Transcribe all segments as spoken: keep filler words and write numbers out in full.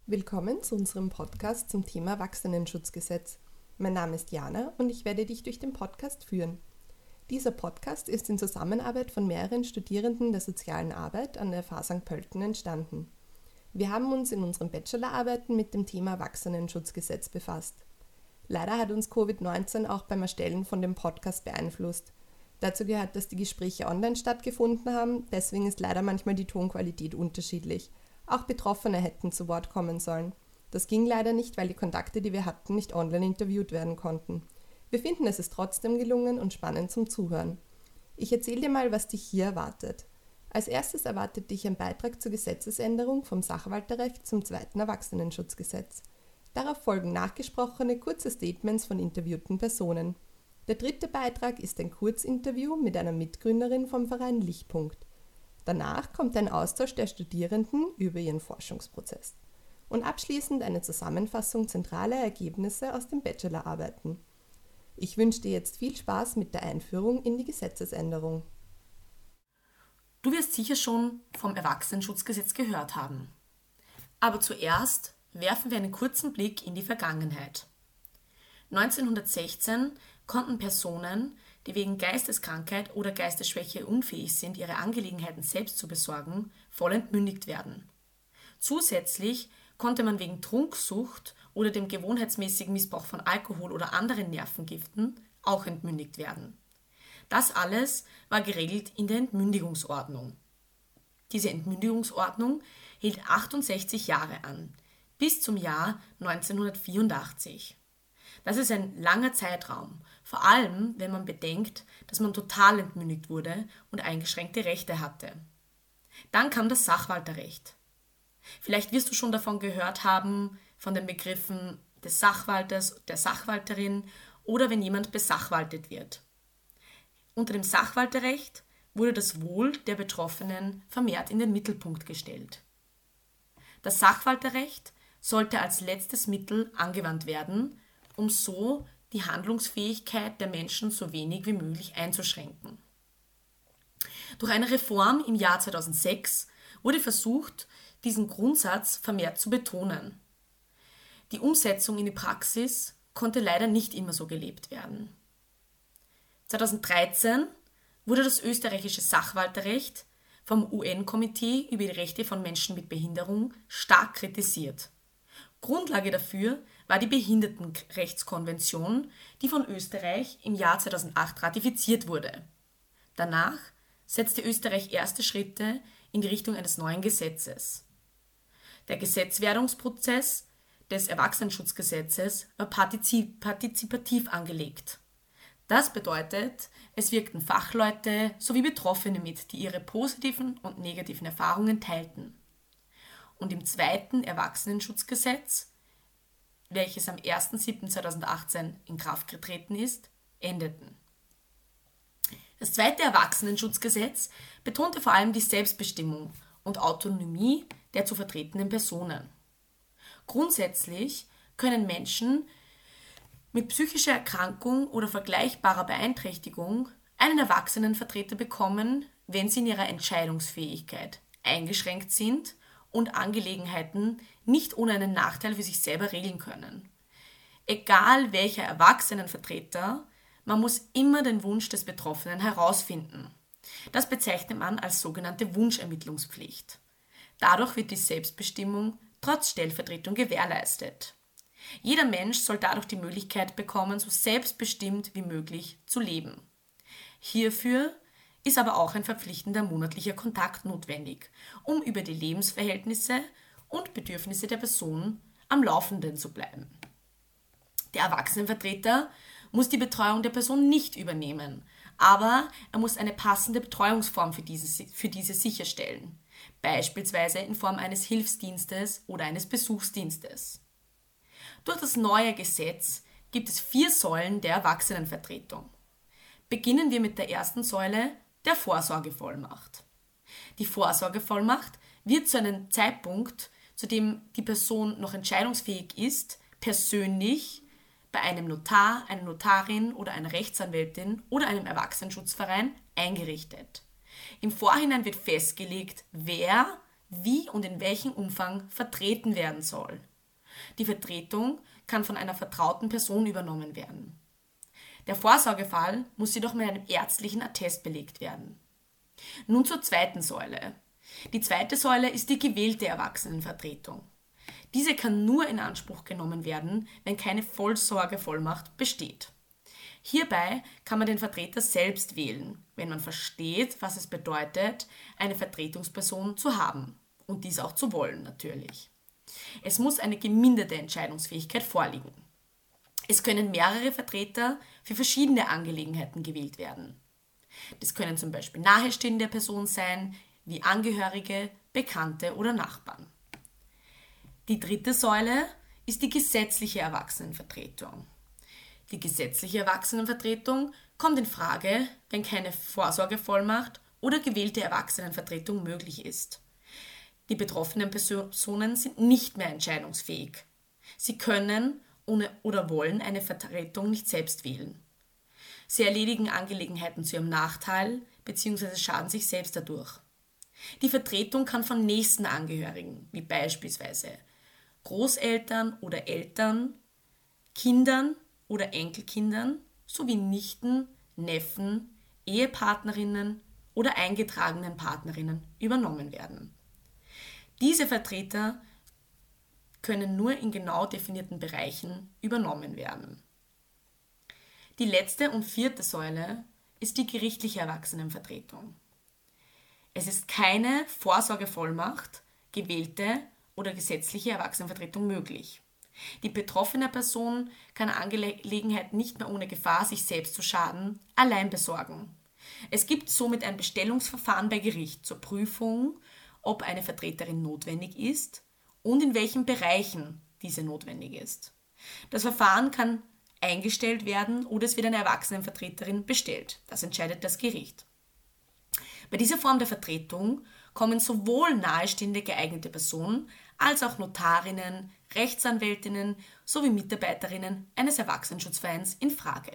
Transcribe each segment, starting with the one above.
Willkommen zu unserem Podcast zum Thema Erwachsenenschutzgesetz. Mein Name ist Jana und ich werde dich durch den Podcast führen. Dieser Podcast ist in Zusammenarbeit von mehreren Studierenden der sozialen Arbeit an der F A Sankt Pölten entstanden. Wir haben uns in unseren Bachelorarbeiten mit dem Thema Erwachsenenschutzgesetz befasst. Leider hat uns Covid neunzehn auch beim Erstellen von dem Podcast beeinflusst. Dazu gehört, dass die Gespräche online stattgefunden haben, deswegen ist leider manchmal die Tonqualität unterschiedlich. Auch Betroffene hätten zu Wort kommen sollen. Das ging leider nicht, weil die Kontakte, die wir hatten, nicht online interviewt werden konnten. Wir finden, es ist trotzdem gelungen und spannend zum Zuhören. Ich erzähle dir mal, was dich hier erwartet. Als erstes erwartet dich ein Beitrag zur Gesetzesänderung vom Sachwalterrecht zum zweiten Erwachsenenschutzgesetz. Darauf folgen nachgesprochene kurze Statements von interviewten Personen. Der dritte Beitrag ist ein Kurzinterview mit einer Mitgründerin vom Verein Lichtpunkt. Danach kommt ein Austausch der Studierenden über ihren Forschungsprozess. Und abschließend eine Zusammenfassung zentraler Ergebnisse aus den Bachelorarbeiten. Ich wünsche dir jetzt viel Spaß mit der Einführung in die Gesetzesänderung. Du wirst sicher schon vom Erwachsenenschutzgesetz gehört haben. Aber zuerst werfen wir einen kurzen Blick in die Vergangenheit. neunzehnhundertsechzehn konnten Personen, die wegen Geisteskrankheit oder Geistesschwäche unfähig sind, ihre Angelegenheiten selbst zu besorgen, voll entmündigt werden. Zusätzlich konnte man wegen Trunksucht oder dem gewohnheitsmäßigen Missbrauch von Alkohol oder anderen Nervengiften auch entmündigt werden. Das alles war geregelt in der Entmündigungsordnung. Diese Entmündigungsordnung hielt achtundsechzig Jahre an, bis zum Jahr neunzehnhundertvierundachtzig. Das ist ein langer Zeitraum, vor allem wenn man bedenkt, dass man total entmündigt wurde und eingeschränkte Rechte hatte. Dann kam das Sachwalterrecht. Vielleicht wirst du schon davon gehört haben, von den Begriffen des Sachwalters, der Sachwalterin oder wenn jemand besachwaltet wird. Unter dem Sachwalterrecht wurde das Wohl der Betroffenen vermehrt in den Mittelpunkt gestellt. Das Sachwalterrecht sollte als letztes Mittel angewandt werden, um so die Handlungsfähigkeit der Menschen so wenig wie möglich einzuschränken. Durch eine Reform im Jahr zweitausendsechs wurde versucht, diesen Grundsatz vermehrt zu betonen. Die Umsetzung in die Praxis konnte leider nicht immer so gelebt werden. zweitausenddreizehn wurde das österreichische Sachwalterrecht vom U N-Komitee über die Rechte von Menschen mit Behinderung stark kritisiert. Grundlage dafür war die Behindertenrechtskonvention, die von Österreich im Jahr zweitausendacht ratifiziert wurde. Danach setzte Österreich erste Schritte in die Richtung eines neuen Gesetzes. Der Gesetzwerdungsprozess des Erwachsenenschutzgesetzes war partizip- partizipativ angelegt. Das bedeutet, es wirkten Fachleute sowie Betroffene mit, die ihre positiven und negativen Erfahrungen teilten. Und im zweiten Erwachsenenschutzgesetz, welches am erster siebter zweitausendachtzehn in Kraft getreten ist, endeten. Das zweite Erwachsenenschutzgesetz betonte vor allem die Selbstbestimmung und Autonomie der zu vertretenen Personen. Grundsätzlich können Menschen mit psychischer Erkrankung oder vergleichbarer Beeinträchtigung einen Erwachsenenvertreter bekommen, wenn sie in ihrer Entscheidungsfähigkeit eingeschränkt sind und Angelegenheiten nicht ohne einen Nachteil für sich selber regeln können. Egal welcher Erwachsenenvertreter, man muss immer den Wunsch des Betroffenen herausfinden. Das bezeichnet man als sogenannte Wunschermittlungspflicht. Dadurch wird die Selbstbestimmung trotz Stellvertretung gewährleistet. Jeder Mensch soll dadurch die Möglichkeit bekommen, so selbstbestimmt wie möglich zu leben. Hierfür ist aber auch ein verpflichtender monatlicher Kontakt notwendig, um über die Lebensverhältnisse und Bedürfnisse der Person am Laufenden zu bleiben. Der Erwachsenenvertreter muss die Betreuung der Person nicht übernehmen, aber er muss eine passende Betreuungsform für diese, für diese sicherstellen, beispielsweise in Form eines Hilfsdienstes oder eines Besuchsdienstes. Durch das neue Gesetz gibt es vier Säulen der Erwachsenenvertretung. Beginnen wir mit der ersten Säule, der Vorsorgevollmacht. Die Vorsorgevollmacht wird zu einem Zeitpunkt, zu dem die Person noch entscheidungsfähig ist, persönlich bei einem Notar, einer Notarin oder einer Rechtsanwältin oder einem Erwachsenenschutzverein eingerichtet. Im Vorhinein wird festgelegt, wer wie und in welchem Umfang vertreten werden soll. Die Vertretung kann von einer vertrauten Person übernommen werden. Der Vorsorgefall muss jedoch mit einem ärztlichen Attest belegt werden. Nun zur zweiten Säule. Die zweite Säule ist die gewählte Erwachsenenvertretung. Diese kann nur in Anspruch genommen werden, wenn keine Vollsorgevollmacht besteht. Hierbei kann man den Vertreter selbst wählen, wenn man versteht, was es bedeutet, eine Vertretungsperson zu haben und dies auch zu wollen natürlich. Es muss eine geminderte Entscheidungsfähigkeit vorliegen. Es können mehrere Vertreter für verschiedene Angelegenheiten gewählt werden. Das können zum Beispiel nahestehende Personen sein, wie Angehörige, Bekannte oder Nachbarn. Die dritte Säule ist die gesetzliche Erwachsenenvertretung. Die gesetzliche Erwachsenenvertretung kommt in Frage, wenn keine Vorsorgevollmacht oder gewählte Erwachsenenvertretung möglich ist. Die betroffenen Personen sind nicht mehr entscheidungsfähig. Sie können ohne oder wollen eine Vertretung nicht selbst wählen. Sie erledigen Angelegenheiten zu ihrem Nachteil bzw. schaden sich selbst dadurch. Die Vertretung kann von nächsten Angehörigen, wie beispielsweise Großeltern oder Eltern, Kindern oder Enkelkindern sowie Nichten, Neffen, Ehepartnerinnen oder eingetragenen Partnerinnen übernommen werden. Diese Vertreter können nur in genau definierten Bereichen übernommen werden. Die letzte und vierte Säule ist die gerichtliche Erwachsenenvertretung. Es ist keine Vorsorgevollmacht, gewählte oder gesetzliche Erwachsenenvertretung möglich. Die betroffene Person kann Angelegenheiten nicht mehr ohne Gefahr, sich selbst zu schaden, allein besorgen. Es gibt somit ein Bestellungsverfahren bei Gericht zur Prüfung, ob eine Vertreterin notwendig ist und in welchen Bereichen diese notwendig ist. Das Verfahren kann eingestellt werden oder es wird eine Erwachsenenvertreterin bestellt. Das entscheidet das Gericht. Bei dieser Form der Vertretung kommen sowohl nahestehende geeignete Personen als auch Notarinnen, Rechtsanwältinnen sowie Mitarbeiterinnen eines Erwachsenenschutzvereins in Frage.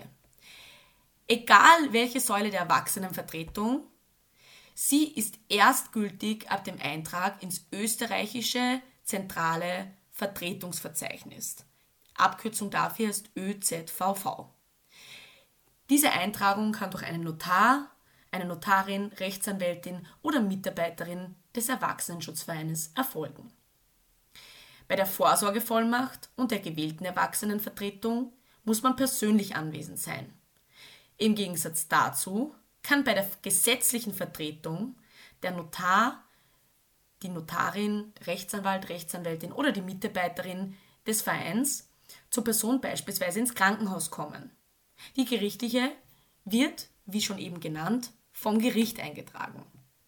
Egal welche Säule der Erwachsenenvertretung, sie ist erst gültig ab dem Eintrag ins österreichische zentrale Vertretungsverzeichnis. Abkürzung dafür ist Ö Z V V. Diese Eintragung kann durch einen Notar, eine Notarin, Rechtsanwältin oder Mitarbeiterin des Erwachsenenschutzvereines erfolgen. Bei der Vorsorgevollmacht und der gewählten Erwachsenenvertretung muss man persönlich anwesend sein. Im Gegensatz dazu kann bei der gesetzlichen Vertretung der Notar, die Notarin, Rechtsanwalt, Rechtsanwältin oder die Mitarbeiterin des Vereins zur Person beispielsweise ins Krankenhaus kommen. Die gerichtliche wird, wie schon eben genannt, vom Gericht eingetragen.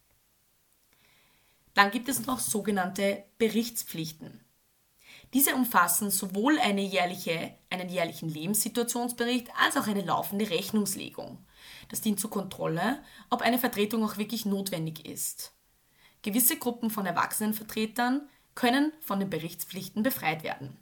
Dann gibt es noch sogenannte Berichtspflichten. Diese umfassen sowohl eine jährliche, einen jährlichen Lebenssituationsbericht als auch eine laufende Rechnungslegung. Das dient zur Kontrolle, ob eine Vertretung auch wirklich notwendig ist. Gewisse Gruppen von Erwachsenenvertretern können von den Berichtspflichten befreit werden.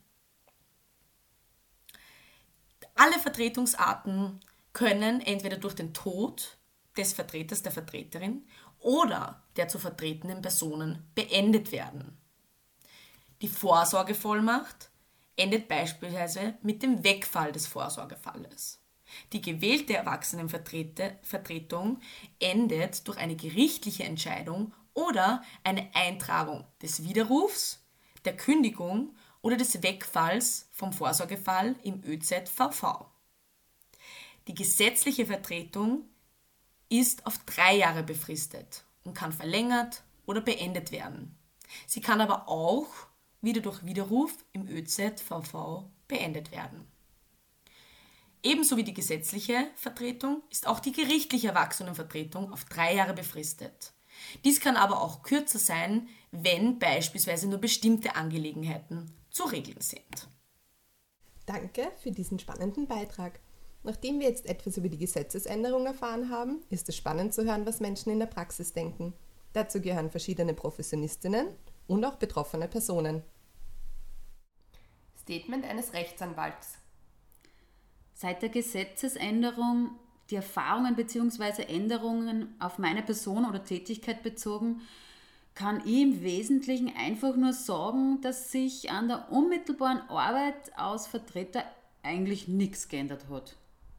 Alle Vertretungsarten können entweder durch den Tod des Vertreters, der Vertreterin oder der zu vertretenen Personen beendet werden. Die Vorsorgevollmacht endet beispielsweise mit dem Wegfall des Vorsorgefalles. Die gewählte Erwachsenenvertretung endet durch eine gerichtliche Entscheidung oder eine Eintragung des Widerrufs, der Kündigung oder des Wegfalls vom Vorsorgefall im Ö Z V V. Die gesetzliche Vertretung ist auf drei Jahre befristet und kann verlängert oder beendet werden. Sie kann aber auch wieder durch Widerruf im Ö Z V V beendet werden. Ebenso wie die gesetzliche Vertretung ist auch die gerichtliche Erwachsenenvertretung auf drei Jahre befristet. Dies kann aber auch kürzer sein, wenn beispielsweise nur bestimmte Angelegenheiten zu regeln sind. Danke für diesen spannenden Beitrag. Nachdem wir jetzt etwas über die Gesetzesänderung erfahren haben, ist es spannend zu hören, was Menschen in der Praxis denken. Dazu gehören verschiedene Professionistinnen und auch betroffene Personen. Statement eines Rechtsanwalts. Seit der Gesetzesänderung die Erfahrungen bzw. Änderungen auf meine Person oder Tätigkeit bezogen kann ich im Wesentlichen einfach nur sagen, dass sich an der unmittelbaren Arbeit als Vertreter eigentlich nichts geändert hat.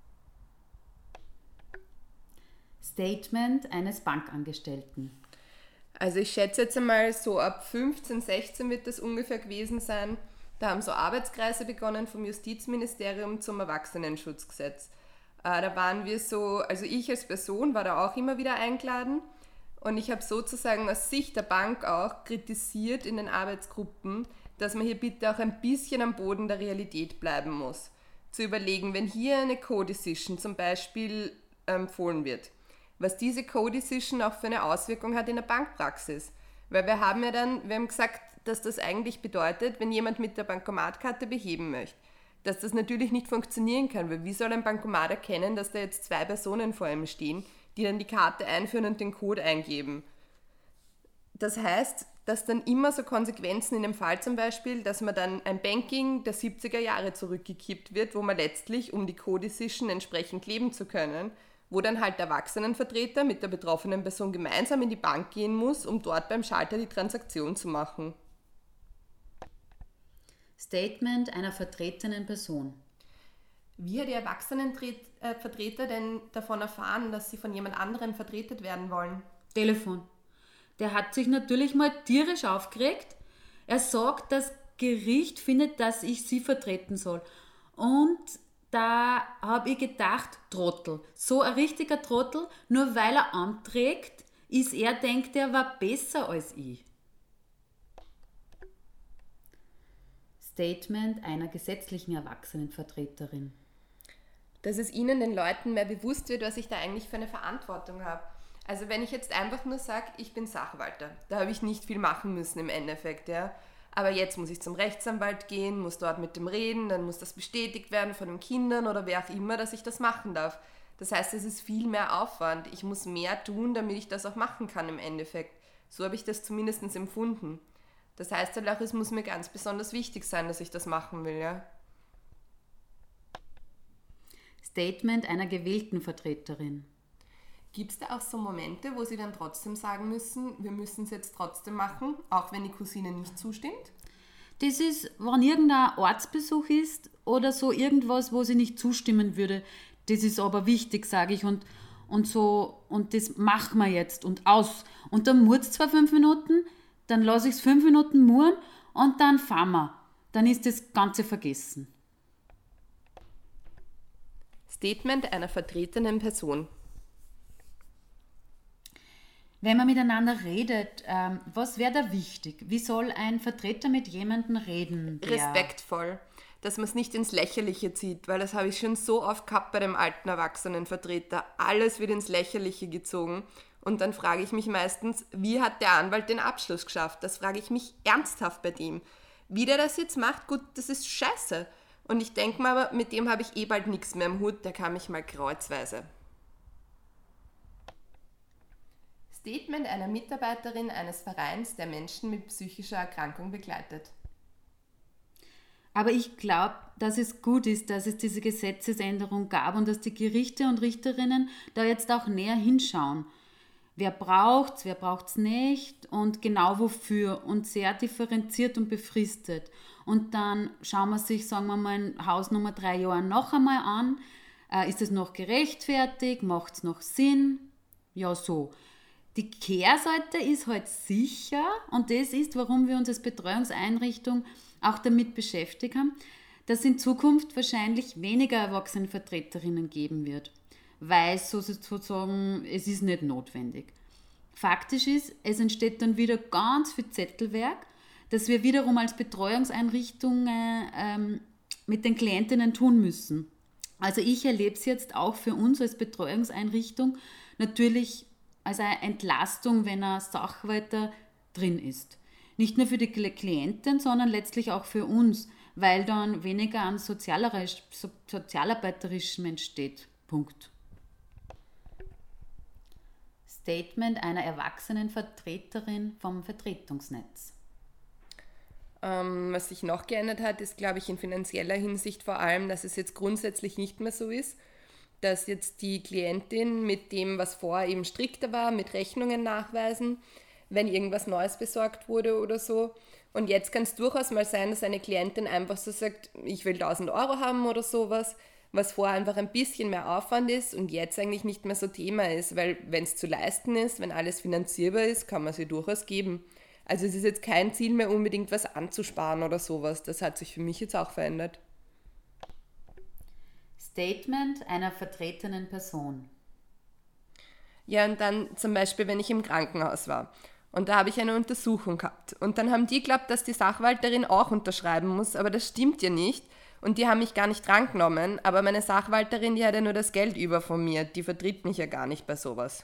Statement eines Bankangestellten. Also ich schätze jetzt einmal so ab fünfzehn, sechzehn wird das ungefähr gewesen sein. Da haben so Arbeitskreise begonnen vom Justizministerium zum Erwachsenenschutzgesetz. Äh, da waren wir so, also ich als Person war da auch immer wieder eingeladen und ich habe sozusagen aus Sicht der Bank auch kritisiert in den Arbeitsgruppen, dass man hier bitte auch ein bisschen am Boden der Realität bleiben muss. Zu überlegen, wenn hier eine Co-Decision zum Beispiel empfohlen wird, was diese Co-Decision auch für eine Auswirkung hat in der Bankpraxis. Weil wir haben ja dann, wir haben gesagt, dass das eigentlich bedeutet, wenn jemand mit der Bankomatkarte beheben möchte, dass das natürlich nicht funktionieren kann, weil wie soll ein Bankomat erkennen, dass da jetzt zwei Personen vor ihm stehen, die dann die Karte einführen und den Code eingeben. Das heißt, dass dann immer so Konsequenzen in dem Fall zum Beispiel, dass man dann ein Banking der siebziger Jahre zurückgekippt wird, wo man letztlich, um die Co-Decision entsprechend leben zu können, wo dann halt der Erwachsenenvertreter mit der betroffenen Person gemeinsam in die Bank gehen muss, um dort beim Schalter die Transaktion zu machen. Statement einer vertretenen Person. Wie hat die Erwachsenenvertreter denn davon erfahren, dass sie von jemand anderem vertreten werden wollen? Telefon. Der hat sich natürlich mal tierisch aufgeregt. Er sagt, das Gericht findet, dass ich sie vertreten soll. Und da habe ich gedacht, Trottel. So ein richtiger Trottel, nur weil er anträgt, ist er, denkt er, war besser als ich. Statement einer gesetzlichen Erwachsenenvertreterin. Dass es ihnen, den Leuten, mehr bewusst wird, was ich da eigentlich für eine Verantwortung habe. Also wenn ich jetzt einfach nur sage, ich bin Sachwalter, da habe ich nicht viel machen müssen im Endeffekt, ja. Aber jetzt muss ich zum Rechtsanwalt gehen, muss dort mit dem reden, dann muss das bestätigt werden von den Kindern oder wer auch immer, dass ich das machen darf. Das heißt, es ist viel mehr Aufwand. Ich muss mehr tun, damit ich das auch machen kann im Endeffekt. So habe ich das zumindest empfunden. Das heißt halt auch, es muss mir ganz besonders wichtig sein, dass ich das machen will, ja. Statement einer gewählten Vertreterin. Gibt es da auch so Momente, wo Sie dann trotzdem sagen müssen, wir müssen es jetzt trotzdem machen, auch wenn die Cousine nicht zustimmt? Das ist, wenn irgendein Ortsbesuch ist oder so irgendwas, wo sie nicht zustimmen würde. Das ist aber wichtig, sage ich, und, und so, und das machen wir jetzt und aus. Und dann murrt es zwar fünf Minuten, dann lasse ich es fünf Minuten murren und dann fahren wir. Dann ist das Ganze vergessen. Statement einer vertretenen Person. Wenn man miteinander redet, ähm, was wäre da wichtig? Wie soll ein Vertreter mit jemandem reden? Der Respektvoll, dass man es nicht ins Lächerliche zieht, weil das habe ich schon so oft gehabt bei dem alten Erwachsenenvertreter. Alles wird ins Lächerliche gezogen und dann frage ich mich meistens, wie hat der Anwalt den Abschluss geschafft? Das frage ich mich ernsthaft bei dem. Wie der das jetzt macht, gut, das ist scheiße. Und ich denke mir aber, mit dem habe ich eh bald nichts mehr im Hut, der kann mich mal kreuzweise. Statement einer Mitarbeiterin eines Vereins, der Menschen mit psychischer Erkrankung begleitet. Aber ich glaube, dass es gut ist, dass es diese Gesetzesänderung gab und dass die Gerichte und Richterinnen da jetzt auch näher hinschauen. Wer braucht's, wer braucht's nicht und genau wofür und sehr differenziert und befristet. Und dann schauen wir sich, sagen wir mal, in Haus Nummer drei Jahren noch einmal an. Äh, ist es noch gerechtfertigt? Macht es noch Sinn? Ja, so. Die Kehrseite ist halt sicher, und das ist, warum wir uns als Betreuungseinrichtung auch damit beschäftigt haben, dass es in Zukunft wahrscheinlich weniger Erwachsenenvertreterinnen geben wird, weil es sozusagen, es ist nicht notwendig. Faktisch ist, es entsteht dann wieder ganz viel Zettelwerk, das wir wiederum als Betreuungseinrichtung äh, ähm, mit den Klientinnen tun müssen. Also ich erlebe es jetzt auch für uns als Betreuungseinrichtung natürlich als eine Entlastung, wenn ein Sachwalter drin ist. Nicht nur für die Klientin, sondern letztlich auch für uns, weil dann weniger an sozialarbeiterischem entsteht. Punkt. Statement einer erwachsenen Vertreterin vom Vertretungsnetz. Ähm, was sich noch geändert hat, ist, glaube ich, in finanzieller Hinsicht vor allem, dass es jetzt grundsätzlich nicht mehr so ist, dass jetzt die Klientin mit dem, was vorher eben strikter war, mit Rechnungen nachweisen, wenn irgendwas Neues besorgt wurde oder so. Und jetzt kann es durchaus mal sein, dass eine Klientin einfach so sagt, ich will tausend Euro haben oder sowas, was vorher einfach ein bisschen mehr Aufwand ist und jetzt eigentlich nicht mehr so Thema ist, weil wenn es zu leisten ist, wenn alles finanzierbar ist, kann man sie durchaus geben. Also es ist jetzt kein Ziel mehr unbedingt was anzusparen oder sowas. Das hat sich für mich jetzt auch verändert. Statement einer vertretenen Person. Ja, und dann zum Beispiel, wenn ich im Krankenhaus war und da habe ich eine Untersuchung gehabt und dann haben die geglaubt, dass die Sachwalterin auch unterschreiben muss, aber das stimmt ja nicht und die haben mich gar nicht drangenommen, aber meine Sachwalterin, die hat ja nur das Geld über von mir, die vertritt mich ja gar nicht bei sowas.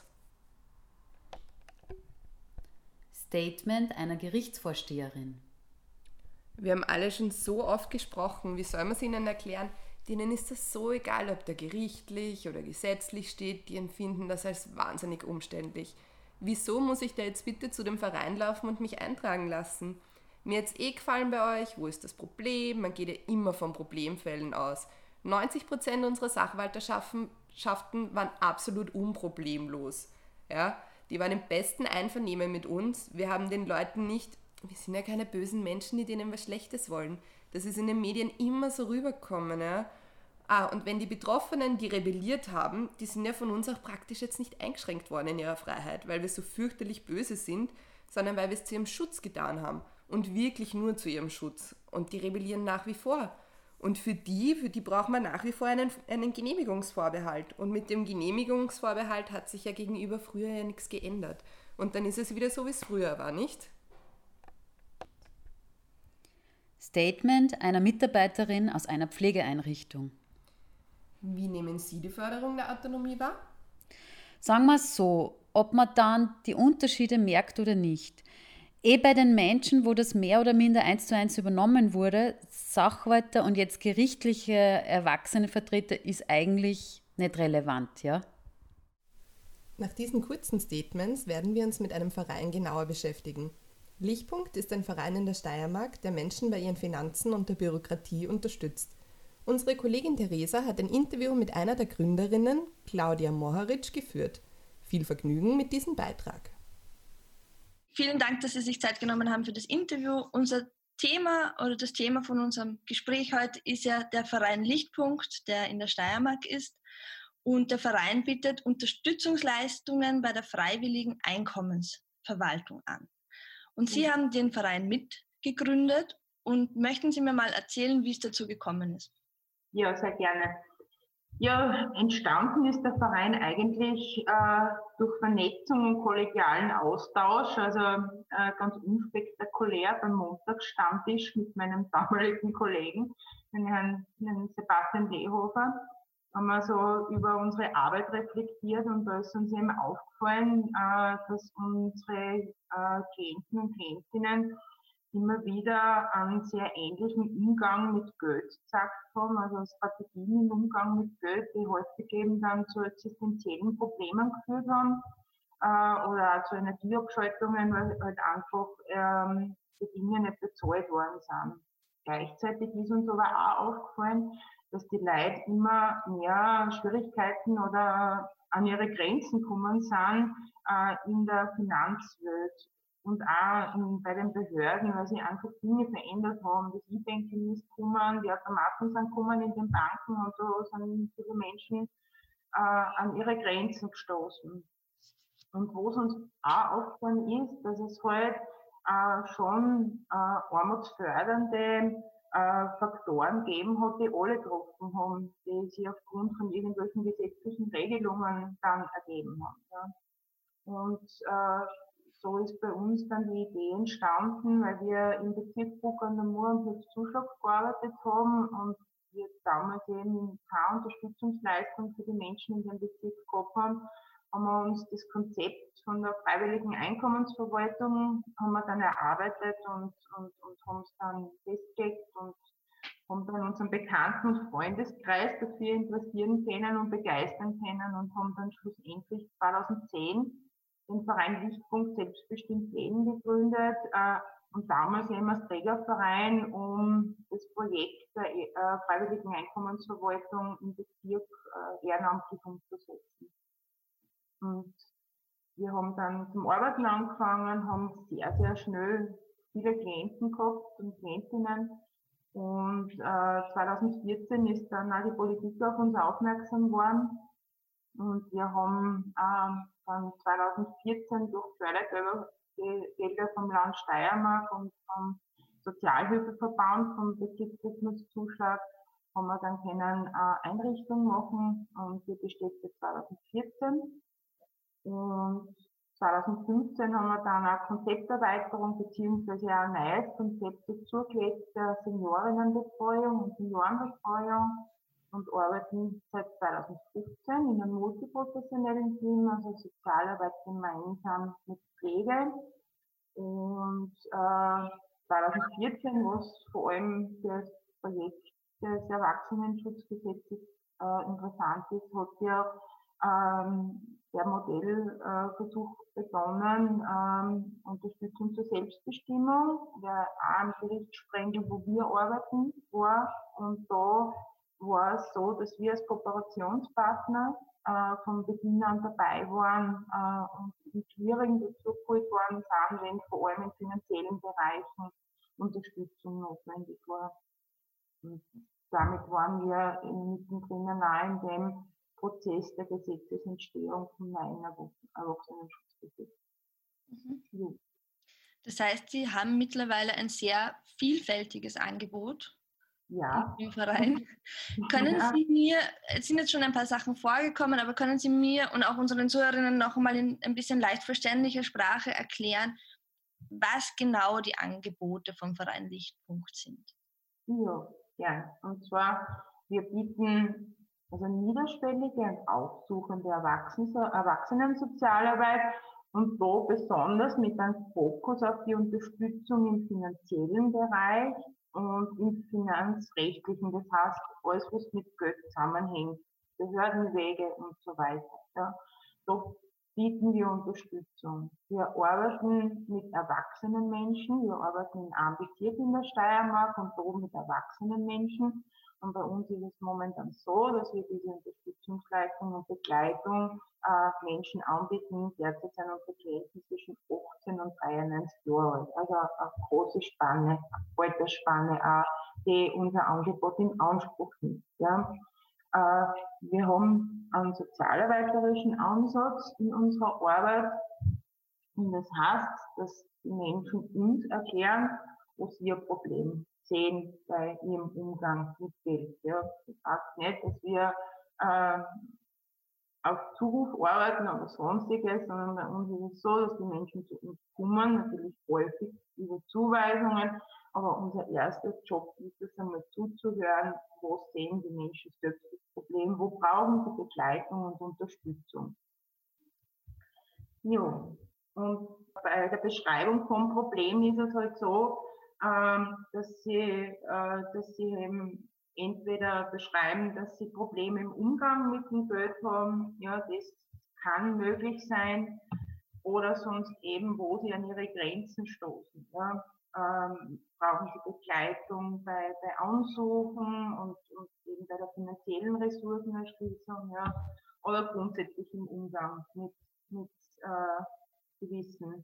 Statement einer Gerichtsvorsteherin. Wir haben alle schon so oft gesprochen, wie soll man es ihnen erklären? Denen ist das so egal, ob der gerichtlich oder gesetzlich steht, die empfinden das als wahnsinnig umständlich. Wieso muss ich da jetzt bitte zu dem Verein laufen und mich eintragen lassen? Mir hat's eh gefallen bei euch, wo ist das Problem? Man geht ja immer von Problemfällen aus. neunzig Prozent unserer Sachwalterschaften waren absolut unproblemlos. Ja? Die waren im besten Einvernehmen mit uns. Wir haben den Leuten nicht, wir sind ja keine bösen Menschen, die denen was Schlechtes wollen. Das ist in den Medien immer so rübergekommen. Ja? Ah, und wenn die Betroffenen, die rebelliert haben, die sind ja von uns auch praktisch jetzt nicht eingeschränkt worden in ihrer Freiheit, weil wir so fürchterlich böse sind, sondern weil wir es zu ihrem Schutz getan haben. Und wirklich nur zu ihrem Schutz. Und die rebellieren nach wie vor. Und für die, für die braucht man nach wie vor einen, einen Genehmigungsvorbehalt. Und mit dem Genehmigungsvorbehalt hat sich ja gegenüber früher ja nichts geändert. Und dann ist es wieder so, wie es früher war, nicht? Statement einer Mitarbeiterin aus einer Pflegeeinrichtung. Wie nehmen Sie die Förderung der Autonomie wahr? Sagen wir es so, ob man dann die Unterschiede merkt oder nicht. Eh bei den Menschen, wo das mehr oder minder eins zu eins übernommen wurde, Sachwalter und jetzt gerichtliche Erwachsenevertreter, ist eigentlich nicht relevant, ja? Nach diesen kurzen Statements werden wir uns mit einem Verein genauer beschäftigen. Lichtpunkt ist ein Verein in der Steiermark, der Menschen bei ihren Finanzen und der Bürokratie unterstützt. Unsere Kollegin Theresa hat ein Interview mit einer der Gründerinnen, Claudia Moharitsch, geführt. Viel Vergnügen mit diesem Beitrag. Vielen Dank, dass Sie sich Zeit genommen haben für das Interview. Unser Thema oder das Thema von unserem Gespräch heute ist ja der Verein Lichtpunkt, der in der Steiermark ist. Und der Verein bietet Unterstützungsleistungen bei der freiwilligen Einkommensverwaltung an. Und Sie haben den Verein mitgegründet und möchten Sie mir mal erzählen, wie es dazu gekommen ist? Ja, sehr gerne. Ja, entstanden ist der Verein eigentlich äh, durch Vernetzung und kollegialen Austausch, also äh, ganz unspektakulär beim Montagsstammtisch mit meinem damaligen Kollegen, den Herrn, Herrn Sebastian Lehofer, haben wir so über unsere Arbeit reflektiert und da ist uns eben aufgefallen, äh, dass unsere äh, Klienten und Klientinnen immer wieder einen sehr ähnlichen Umgang mit Geld gezeigt haben, also Strategien im Umgang mit Geld, die häufig eben dann zu existenziellen Problemen geführt haben äh, oder auch zu Energieabschaltungen, weil halt einfach ähm, die Dinge nicht bezahlt worden sind. Gleichzeitig ist uns aber auch aufgefallen, dass die Leute immer mehr Schwierigkeiten oder an ihre Grenzen gekommen sind äh, in der Finanzwelt. Und auch in, bei den Behörden, weil sich einfach Dinge verändert haben. Das E-Banking ist gekommen, die Automaten sind gekommen in den Banken und so sind viele Menschen äh, an ihre Grenzen gestoßen. Und wo es uns auch aufgefallen ist, dass es halt äh, schon äh, armutsfördernde äh, Faktoren gegeben hat, die alle getroffen haben, die sich aufgrund von irgendwelchen gesetzlichen Regelungen dann ergeben haben. Ja. Und äh, so ist bei uns dann die Idee entstanden, weil wir im Bezirk Bruck an der Mur und mit Zuschlag gearbeitet haben und wir damals eben keine Unterstützungsleistung für die Menschen in dem Bezirk gehabt haben, haben wir uns das Konzept von der freiwilligen Einkommensverwaltung haben wir dann erarbeitet und, und, und haben es dann festgelegt und haben dann unseren Bekannten- und Freundeskreis dafür interessieren können und begeistern können und haben dann schlussendlich zweitausendzehn den Verein Lichtpunkt Selbstbestimmt Leben gegründet äh, und damals eben als Trägerverein, um das Projekt der äh, freiwilligen Einkommensverwaltung im Bezirk äh, ehrenamtlich umzusetzen. Und wir haben dann zum Arbeiten angefangen, haben sehr, sehr schnell viele Klienten gehabt und Klientinnen. Und äh, zwanzig vierzehn ist dann auch die Politik auf uns aufmerksam geworden. Und wir haben ähm, dann zwanzig vierzehn durch Fördergelder Gelder vom Land Steiermark und vom Sozialhilfeverband, vom Bezirksrhythmuszuschlag, haben wir dann können äh, Einrichtung machen und die besteht seit zwanzig vierzehn. Und zwanzig fünfzehn haben wir dann eine Konzepterweiterung bzw. ein neues Konzept dazugelegt der Seniorinnenbetreuung und Seniorenbetreuung und arbeiten seit zwanzig fünfzehn in einem multiprofessionellen Team, also Sozialarbeit gemeinsam mit Pflege. Und äh, zwanzig vierzehn, was vor allem das Projekt des Erwachsenenschutzgesetzes äh, interessant ist, hat ja ähm, der Modellversuch äh, begonnen, ähm, Unterstützung zur Selbstbestimmung, der auch am Gerichtssprengel, wo wir arbeiten, war. Und da war es so, dass wir als Kooperationspartner äh, von Beginn an dabei waren äh, und in schwierigen dazugeholt worden sind, wenn vor allem in finanziellen Bereichen Unterstützung notwendig war. Und damit waren wir mittendrin auch in dem Prozess der Gesetzesentstehung vom neuen Erwachsenenschutzgesetz. Mhm. Das heißt, Sie haben mittlerweile ein sehr vielfältiges Angebot ja. im Verein. Können ja. Sie mir, es sind jetzt schon ein paar Sachen vorgekommen, aber können Sie mir und auch unseren Zuhörerinnen noch einmal in ein bisschen leicht verständlicher Sprache erklären, was genau die Angebote vom Verein Lichtpunkt sind? Ja, ja. Und zwar, wir bieten also niederschwellige und aufsuchende Erwachsenen, Erwachsenensozialarbeit und da besonders mit einem Fokus auf die Unterstützung im finanziellen Bereich und im finanzrechtlichen, das heißt alles, was mit Geld zusammenhängt, Behördenwege und so weiter. Ja. Da bieten wir Unterstützung. Wir arbeiten mit erwachsenen Menschen, wir arbeiten in einem Bezirk in der Steiermark und da mit erwachsenen Menschen. Und bei uns ist es momentan so, dass wir diese Unterstützungsleistung und Begleitung äh, Menschen anbieten. Derzeit sind unsere Klienten zwischen achtzehn und dreiundneunzig Jahre alt. Also eine große Spanne, Altersspanne, auch, die unser Angebot in Anspruch nimmt. Ja. Äh, wir haben einen sozialarbeiterischen Ansatz in unserer Arbeit. Und das heißt, dass die Menschen uns erklären, wo sie ihr Problem sehen bei ihrem Umgang mit Geld. Ja. Das heißt nicht, dass wir äh, auf Zuruf arbeiten oder sonstiges, sondern bei uns ist es so, dass die Menschen zu uns kommen, natürlich häufig über Zuweisungen, aber unser erster Job ist es einmal zuzuhören, wo sehen die Menschen selbst das Problem, wo brauchen sie Begleitung und Unterstützung. Ja, und bei der Beschreibung vom Problem ist es halt so, dass sie, dass sie eben entweder beschreiben, dass sie Probleme im Umgang mit dem Geld haben, ja, das kann möglich sein, oder sonst eben, wo sie an ihre Grenzen stoßen. Ja. Ähm, brauchen sie Begleitung bei, bei Ansuchen und, und eben bei der finanziellen Ressourcenerschließung, ja, oder grundsätzlich im Umgang mit, mit äh, gewissen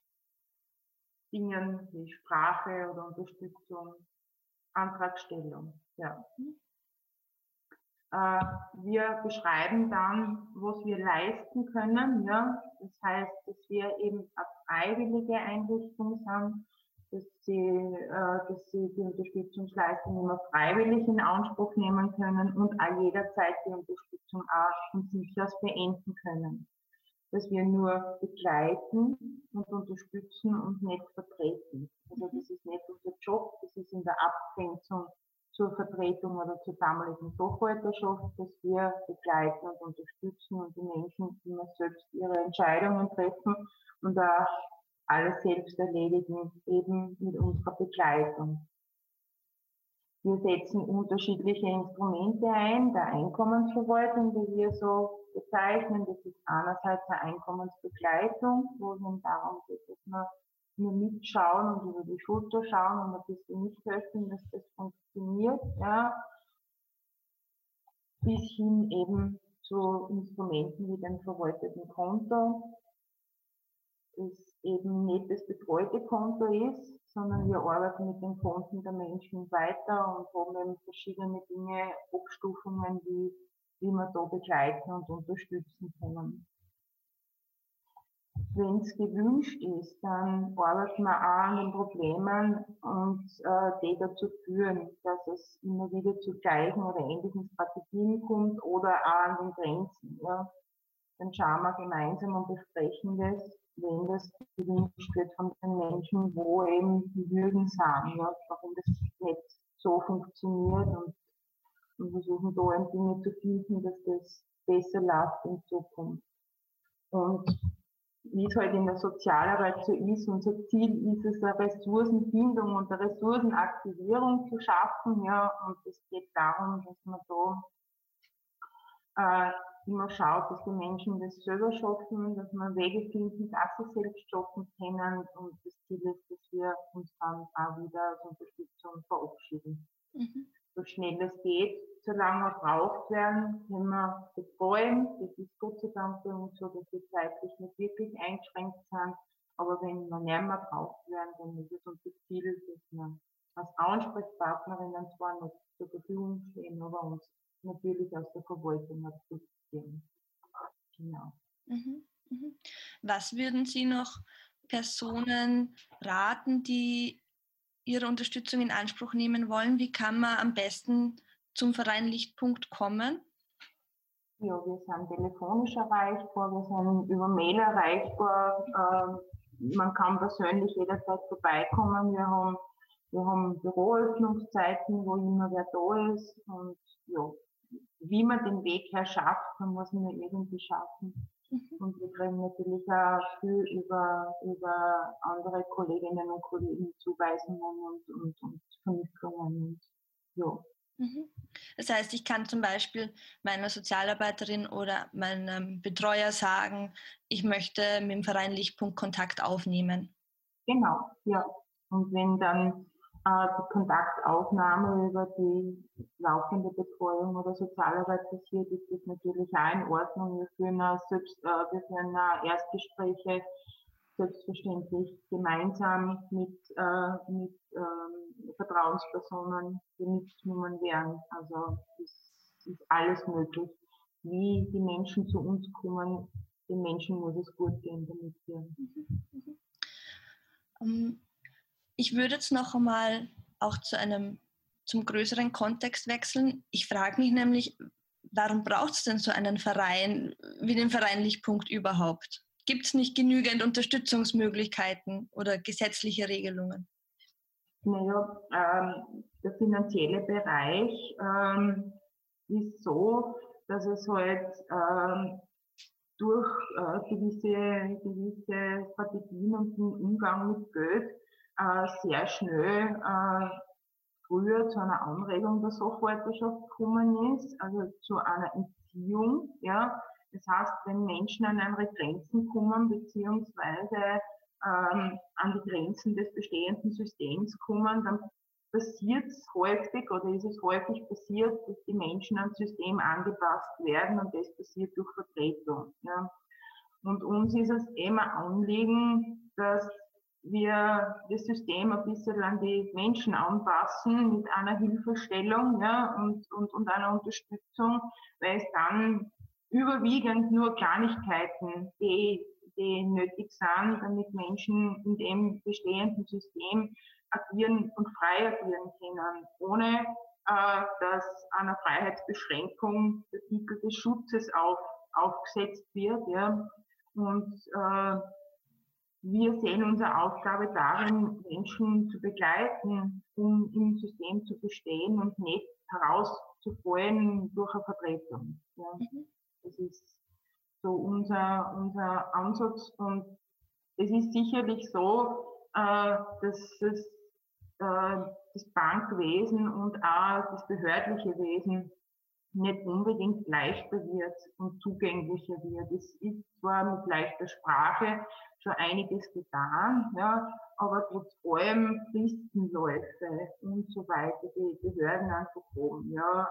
Dingen wie Sprache oder Unterstützung, Antragstellung. Ja. Äh, wir beschreiben dann, was wir leisten können. Ja. Das heißt, dass wir eben eine freiwillige Einrichtung sind, dass sie, äh, dass sie die Unterstützungsleistung immer freiwillig in Anspruch nehmen können und auch jederzeit die Unterstützung auch von sich aus beenden können. Dass wir nur begleiten und unterstützen und nicht vertreten. Also das ist nicht unser Job, das ist in der Abgrenzung zur Vertretung oder zur damaligen Sachwalterschaft, dass wir begleiten und unterstützen und die Menschen immer selbst ihre Entscheidungen treffen und auch alles selbst erledigen, eben mit unserer Begleitung. Wir setzen unterschiedliche Instrumente ein, der Einkommensverwaltung, die wir so bezeichnen. Das ist einerseits eine Einkommensbegleitung, wo es eben darum geht, dass wir nur mitschauen und über die Schulter schauen und ein bisschen mithelfen, dass das funktioniert, ja, bis hin eben zu Instrumenten wie dem verwalteten Konto. es eben nicht das betreute Konto ist, sondern wir arbeiten mit den Konten der Menschen weiter und haben eben verschiedene Dinge, Abstufungen, wie, wie wir da begleiten und unterstützen können. Wenn es gewünscht ist, dann arbeiten wir auch an den Problemen und äh, die dazu führen, dass es immer wieder zu gleichen oder ähnlichen Strategien kommt oder auch an den Grenzen. Ja. Dann schauen wir gemeinsam und besprechen das, wenn das gewünscht wird von den Menschen, wo eben die Hürden sind, ja, warum das nicht so funktioniert und, und versuchen da eben Dinge zu finden, dass das besser läuft in Zukunft. Und wie es halt in der Sozialarbeit so ist, unser Ziel ist es, eine Ressourcenfindung und eine Ressourcenaktivierung zu schaffen, ja, und es geht darum, dass man da äh, immer schaut, dass die Menschen das selber schaffen, dass man Wege finden, dass sie selbst schaffen können, und das Ziel ist, dass wir uns dann auch wieder als Unterstützung verabschieden. Mhm. So schnell es geht, solange wir braucht werden, können wir betreuen. Das ist Gott sei Dank bei uns so, dass wir zeitlich nicht wirklich eingeschränkt sind. Aber wenn wir nicht mehr braucht werden, dann ist es unser Ziel, dass wir als Ansprechpartnerinnen zwar noch zur Verfügung stehen, aber uns natürlich aus der Verwaltung akzeptieren. Genau. Mhm. Mhm. Was würden Sie noch Personen raten, die ihre Unterstützung in Anspruch nehmen wollen? Wie kann man am besten zum Verein Lichtpunkt kommen? Ja, wir sind telefonisch erreichbar, wir sind über Mail erreichbar. Äh, man kann persönlich jederzeit vorbeikommen. Wir haben, wir haben Büroöffnungszeiten, wo immer wer da ist. Und ja, wie man den Weg her schafft, dann muss man irgendwie schaffen. Mhm. Und wir kriegen natürlich auch viel über, über andere Kolleginnen und Kollegen Zuweisungen und, und, und Vermittlungen. Und, ja. Das heißt, ich kann zum Beispiel meiner Sozialarbeiterin oder meinem Betreuer sagen, ich möchte mit dem Verein Lichtpunkt Kontakt aufnehmen. Genau, ja. Und wenn dann äh, die Kontaktaufnahme über die laufende Betreuung oder Sozialarbeit passiert, ist das natürlich auch in Ordnung. Wir führen auch selbst, äh, wir führen auch Erstgespräche selbstverständlich gemeinsam mit, äh, mit ähm, Vertrauenspersonen, die mitgenommen werden. Also es ist alles möglich. Wie die Menschen zu uns kommen, den Menschen muss es gut gehen, damit wir. Um, ich würde jetzt noch einmal auch zu einem zum größeren Kontext wechseln. Ich frage mich nämlich, warum braucht es denn so einen Verein wie den Verein Lichtpunkt überhaupt? Gibt es nicht genügend Unterstützungsmöglichkeiten oder gesetzliche Regelungen? Naja, ähm, der finanzielle Bereich ähm, ist so, dass es halt ähm, durch äh, gewisse, gewisse Strategien und den Umgang mit Geld äh, sehr schnell äh, früher zu einer Anregung der Sachwalterschaft gekommen ist, also zu einer Entziehung, ja. Das heißt, wenn Menschen an andere Grenzen kommen, beziehungsweise ähm, an die Grenzen des bestehenden Systems kommen, dann passiert es häufig oder ist es häufig passiert, dass die Menschen ans System angepasst werden, und das passiert durch Vertretung. Ja. Und uns ist es immer Anliegen, dass wir das System ein bisschen an die Menschen anpassen mit einer Hilfestellung, ja, und, und, und einer Unterstützung, weil es dann überwiegend nur Kleinigkeiten, die, die nötig sind, damit Menschen in dem bestehenden System agieren und frei agieren können, ohne äh, dass einer Freiheitsbeschränkung der Titel des Schutzes auf, aufgesetzt wird. Ja. Und äh, wir sehen unsere Aufgabe darin, Menschen zu begleiten, um im System zu bestehen und nicht herauszufallen durch eine Vertretung. Ja. Mhm. Das ist so unser, unser Ansatz, und es ist sicherlich so, äh, dass es, äh, das Bankwesen und auch das behördliche Wesen nicht unbedingt leichter wird und zugänglicher wird. Es ist zwar mit leichter Sprache schon einiges getan, ja, aber trotz allem Fristenläufe und so weiter, die Behörden einfach haben, ja,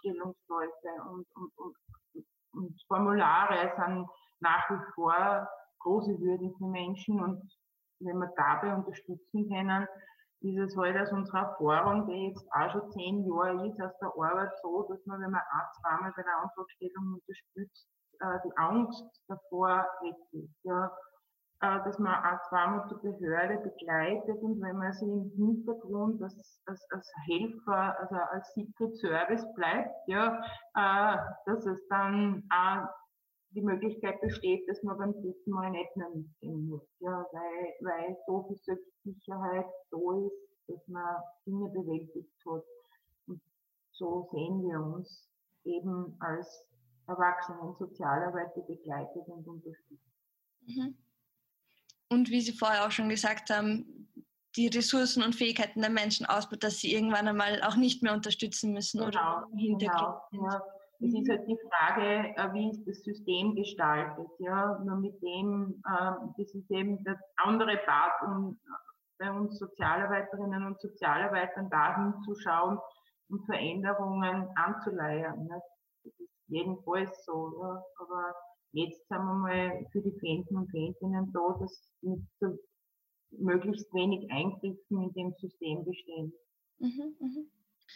Antragstellungsläufe und, und, und, und Formulare sind nach wie vor große Hürden für Menschen, und wenn wir dabei unterstützen können, ist es halt aus unserer Erfahrung, die jetzt auch schon zehn Jahre ist, aus der Arbeit so, dass man, wenn man ein, zweimal bei der Antragstellung unterstützt, die Angst davor weg ist. Ja, dass man auch zweimal die Behörde begleitet, und wenn man sich im Hintergrund als, als, als Helfer, also als Secret Service bleibt, ja, dass es dann auch die Möglichkeit besteht, dass man beim dritten Mal nicht mehr mitgehen muss, ja, weil, weil so viel Selbstsicherheit da ist, dass man Dinge bewältigt hat. Und so sehen wir uns eben als Erwachsenen Sozialarbeiter begleitet und unterstützt. Mhm. Und wie Sie vorher auch schon gesagt haben, die Ressourcen und Fähigkeiten der Menschen ausbaut, dass sie irgendwann einmal auch nicht mehr unterstützen müssen, genau, oder im Hintergrund. Genau, ja. Es ist halt die Frage, wie ist das System gestaltet, ja, nur mit dem, das ist eben der andere Part, um bei uns Sozialarbeiterinnen und Sozialarbeitern dahin zu schauen und Veränderungen anzuleiern. Das ist jedenfalls so, ja, aber jetzt sind wir mal für die Klienten und Klientinnen da, dass mit so möglichst wenig Eingriffen in dem System bestehen. Mhm, mhm.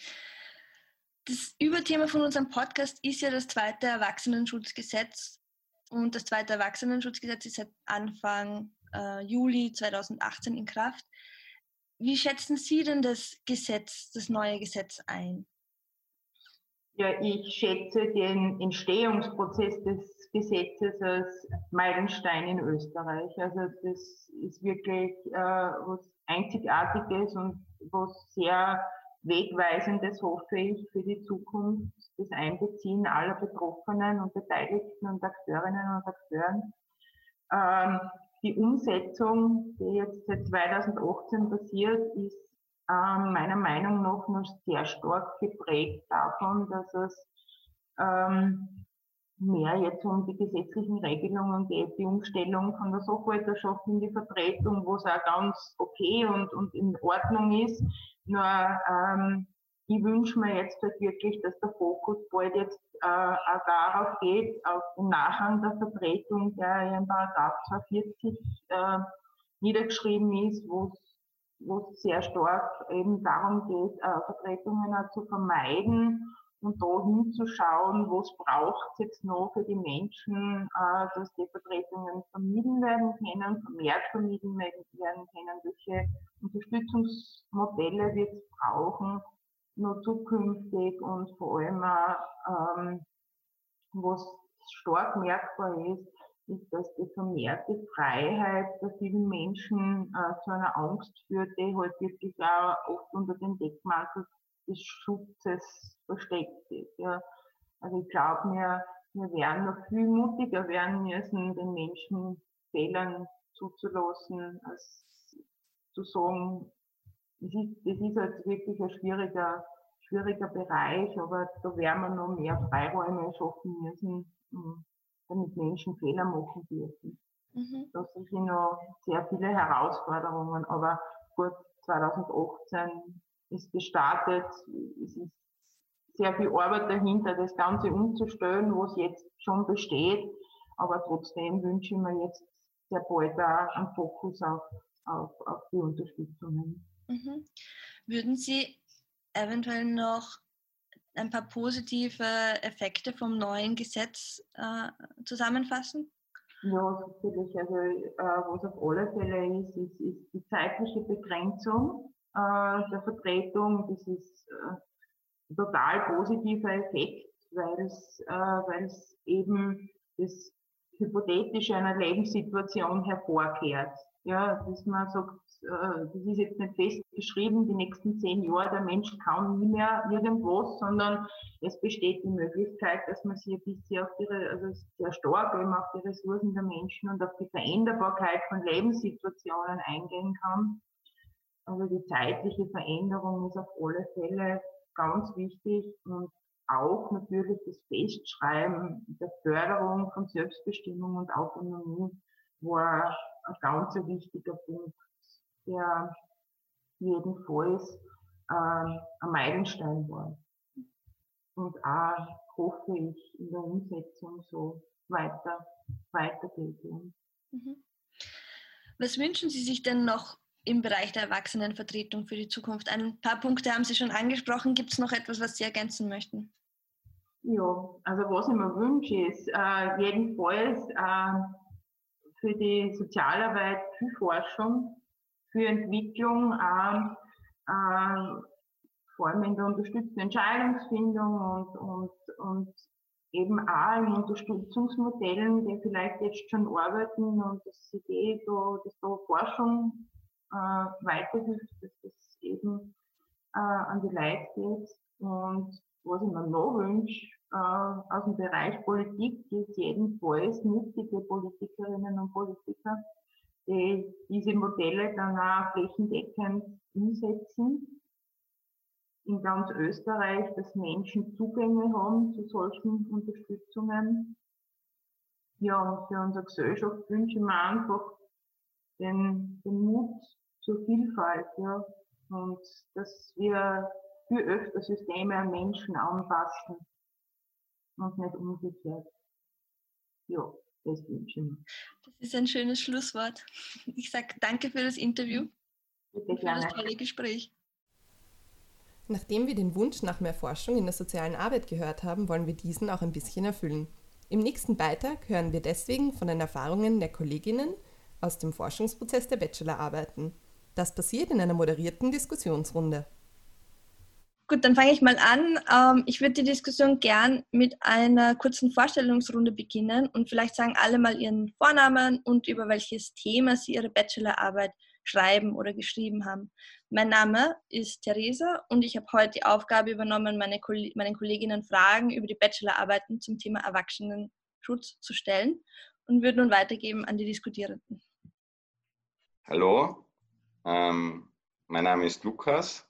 Das Überthema von unserem Podcast ist ja das zweite Erwachsenenschutzgesetz. Und das zweite Erwachsenenschutzgesetz ist seit Anfang äh, Juli zweitausendachtzehn in Kraft. Wie schätzen Sie denn das Gesetz, das neue Gesetz ein? Ja, ich schätze den Entstehungsprozess des Gesetzes als Meilenstein in Österreich. Also das ist wirklich äh, was Einzigartiges und was sehr Wegweisendes, hoffe ich, für die Zukunft, das Einbeziehen aller Betroffenen und Beteiligten und Akteurinnen und Akteuren. Ähm, die Umsetzung, die jetzt seit zweitausendachtzehn passiert, ist ähm, meiner Meinung nach noch sehr stark geprägt davon, dass es ähm, mehr jetzt um die gesetzlichen Regelungen geht, die Umstellung von der Sachwalterschaft in die Vertretung, wo es auch ganz okay und, und in Ordnung ist. Nur ähm, ich wünsche mir jetzt halt wirklich, dass der Fokus bald jetzt äh, auch darauf geht, auf den Nachhang der Vertretung, der in Paragraph zweihundertvierzig äh, niedergeschrieben ist, wo es sehr stark eben darum geht, äh, Vertretungen auch zu vermeiden und da hinzuschauen, was braucht es jetzt noch für die Menschen, äh, dass die Vertretungen vermieden werden können, vermehrt vermieden werden können, welche Unterstützungsmodelle wird es brauchen, noch zukünftig, und vor allem auch, ähm, was stark merkbar ist, ist, dass die vermehrte Freiheit bei vielen Menschen äh, zu einer Angst führt, die halt wirklich auch oft unter dem Deckmantel des Schutzes versteckt ist. Ja. Also ich glaube, wir, wir werden noch viel mutiger werden müssen, den Menschen Fehlern zuzulassen, als zu sagen, das ist, das ist halt wirklich ein schwieriger, schwieriger Bereich, aber da werden wir noch mehr Freiräume schaffen müssen, damit Menschen Fehler machen dürfen. Mhm. Da sind noch sehr viele Herausforderungen, aber gut, zweitausendachtzehn ist gestartet, es ist sehr viel Arbeit dahinter, das Ganze umzustellen, was jetzt schon besteht, aber trotzdem wünsche ich mir jetzt sehr bald auch einen Fokus auf, auf, auf die Unterstützungen. Mhm. Würden Sie eventuell noch ein paar positive Effekte vom neuen Gesetz äh, zusammenfassen? Ja, sicherlich. Also äh, was auf alle Fälle ist, ist, ist die zeitliche Begrenzung äh, der Vertretung. Das ist äh, ein total positiver Effekt, weil es, äh, weil es eben das Hypothetische einer Lebenssituation hervorkehrt. Ja, dass man sagt, äh, das ist jetzt nicht fest beschrieben, die nächsten zehn Jahre, der Mensch kann nie mehr irgendwas, sondern es besteht die Möglichkeit, dass man sich ein bisschen auf die, also sehr stark eben auf die Ressourcen der Menschen und auf die Veränderbarkeit von Lebenssituationen eingehen kann. Also die zeitliche Veränderung ist auf alle Fälle ganz wichtig, und auch natürlich das Festschreiben der Förderung von Selbstbestimmung und Autonomie war ein ganz wichtiger Punkt, der jedenfalls äh, ein Meilenstein war. Und auch hoffe ich in der Umsetzung so weiter, weitergeht. Was wünschen Sie sich denn noch im Bereich der Erwachsenenvertretung für die Zukunft? Ein paar Punkte haben Sie schon angesprochen. Gibt es noch etwas, was Sie ergänzen möchten? Ja, also was ich mir wünsche, ist äh, jedenfalls äh, für die Sozialarbeit viel Forschung, für Entwicklung, äh, äh, vor allem in der unterstützten Entscheidungsfindung und, und, und eben auch in Unterstützungsmodellen, die vielleicht jetzt schon arbeiten und dass sie die, da, dass da Forschung äh, weiterhilft, dass das eben äh, an die Leute geht. Und was ich mir noch wünsche, äh, aus dem Bereich Politik, ist jedenfalls mutige Politikerinnen und Politiker, die diese Modelle dann auch flächendeckend umsetzen. In ganz Österreich, dass Menschen Zugänge haben zu solchen Unterstützungen. Ja, und für unsere Gesellschaft wünsche ich mir einfach den, den Mut zur Vielfalt, ja, und dass wir viel öfter Systeme an Menschen anpassen und nicht umgekehrt. Ja, das wünsche ich mir. Das ist ein schönes Schlusswort. Ich sage danke für das Interview Bitte und für gerne. das tolle Gespräch. Nachdem wir den Wunsch nach mehr Forschung in der sozialen Arbeit gehört haben, wollen wir diesen auch ein bisschen erfüllen. Im nächsten Beitrag hören wir deswegen von den Erfahrungen der Kolleginnen aus dem Forschungsprozess der Bachelorarbeiten. Das passiert in einer moderierten Diskussionsrunde. Gut, dann fange ich mal an. Ich würde die Diskussion gern mit einer kurzen Vorstellungsrunde beginnen und vielleicht sagen alle mal ihren Vornamen und über welches Thema sie ihre Bachelorarbeit schreiben oder geschrieben haben. Mein Name ist Theresa und ich habe heute die Aufgabe übernommen, meine Koll- meinen Kolleginnen Fragen über die Bachelorarbeiten zum Thema Erwachsenenschutz zu stellen und würde nun weitergeben an die Diskutierenden. Hallo, ähm, mein Name ist Lukas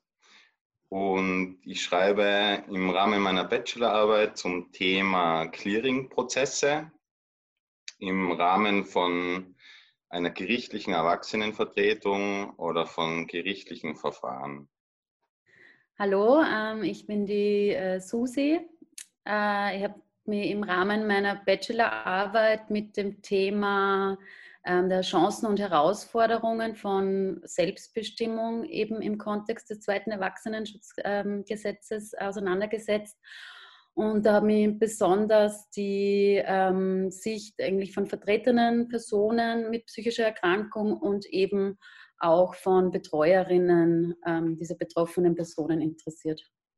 und ich schreibe im Rahmen meiner Bachelorarbeit zum Thema Clearing-Prozesse im Rahmen von einer gerichtlichen Erwachsenenvertretung oder von gerichtlichen Verfahren. Hallo, ähm, ich bin die äh, Susi. Äh, ich habe mich im Rahmen meiner Bachelorarbeit mit dem Thema ähm, der Chancen und Herausforderungen von Selbstbestimmung eben im Kontext des zweiten Erwachsenenschutzgesetzes ähm, auseinandergesetzt. Und da habe ich besonders die ähm, Sicht eigentlich von vertretenen Personen mit psychischer Erkrankung und eben auch von Betreuerinnen ähm, dieser betroffenen Personen interessiert.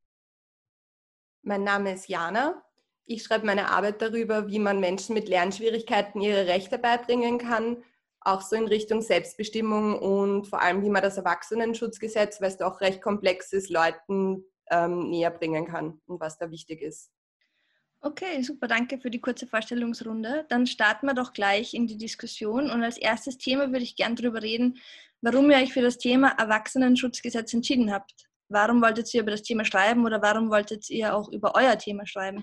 Mein Name ist Jana. Ich schreibe meine Arbeit darüber, wie man Menschen mit Lernschwierigkeiten ihre Rechte beibringen kann, auch so in Richtung Selbstbestimmung und vor allem, wie man das Erwachsenenschutzgesetz, weil es doch recht komplex ist, Leuten ähm, näher bringen kann und was da wichtig ist. Okay, super, danke für die kurze Vorstellungsrunde. Dann starten wir doch gleich in die Diskussion und als erstes Thema würde ich gern darüber reden, warum ihr euch für das Thema Erwachsenenschutzgesetz entschieden habt. Warum wolltet ihr über das Thema schreiben oder warum wolltet ihr auch über euer Thema schreiben?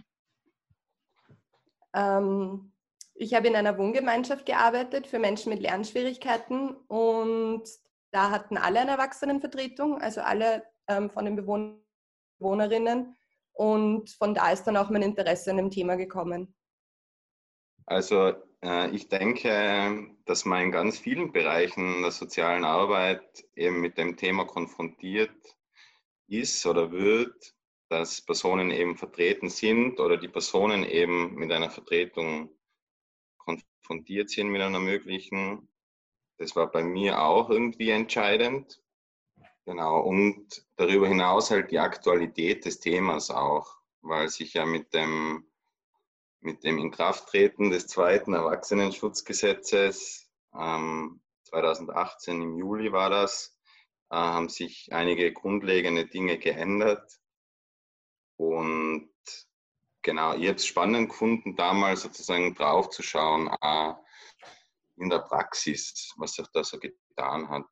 Ähm, ich habe in einer Wohngemeinschaft gearbeitet für Menschen mit Lernschwierigkeiten und da hatten alle eine Erwachsenenvertretung, also alle ähm, von den Bewohner, Bewohnerinnen. Und von da ist dann auch mein Interesse an dem Thema gekommen. Also äh, ich denke, dass man in ganz vielen Bereichen der sozialen Arbeit eben mit dem Thema konfrontiert ist oder wird, dass Personen eben vertreten sind oder die Personen eben mit einer Vertretung konfrontiert sind mit einer möglichen. Das war bei mir auch irgendwie entscheidend. Genau, und darüber hinaus halt die Aktualität des Themas auch, weil sich ja mit dem, mit dem Inkrafttreten des zweiten Erwachsenenschutzgesetzes ähm, zweitausendachtzehn im Juli war das, äh, haben sich einige grundlegende Dinge geändert. Und genau, ich habe es spannend gefunden, damals sozusagen draufzuschauen, äh, in der Praxis, was sich da so getan hat.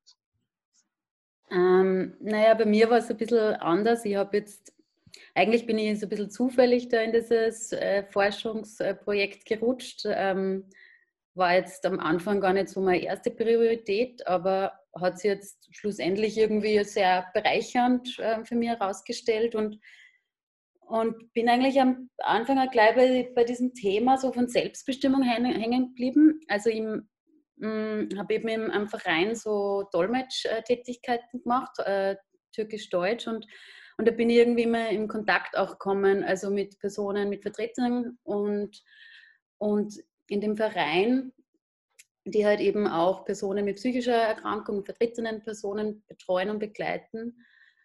Ähm, naja, bei mir war es ein bisschen anders. Ich habe jetzt, eigentlich bin ich so ein bisschen zufällig da in dieses äh, Forschungsprojekt gerutscht. Ähm, war jetzt am Anfang gar nicht so meine erste Priorität, aber hat sich jetzt schlussendlich irgendwie sehr bereichernd äh, für mich herausgestellt und, und bin eigentlich am Anfang auch gleich bei, bei diesem Thema so von Selbstbestimmung hängen geblieben. Also im habe eben in einem Verein so Dolmetsch-Tätigkeiten gemacht, äh, Türkisch-Deutsch, und, und da bin ich irgendwie immer in Kontakt auch gekommen, also mit Personen, mit Vertretern und, und in dem Verein, die halt eben auch Personen mit psychischer Erkrankung, vertretenen Personen betreuen und begleiten,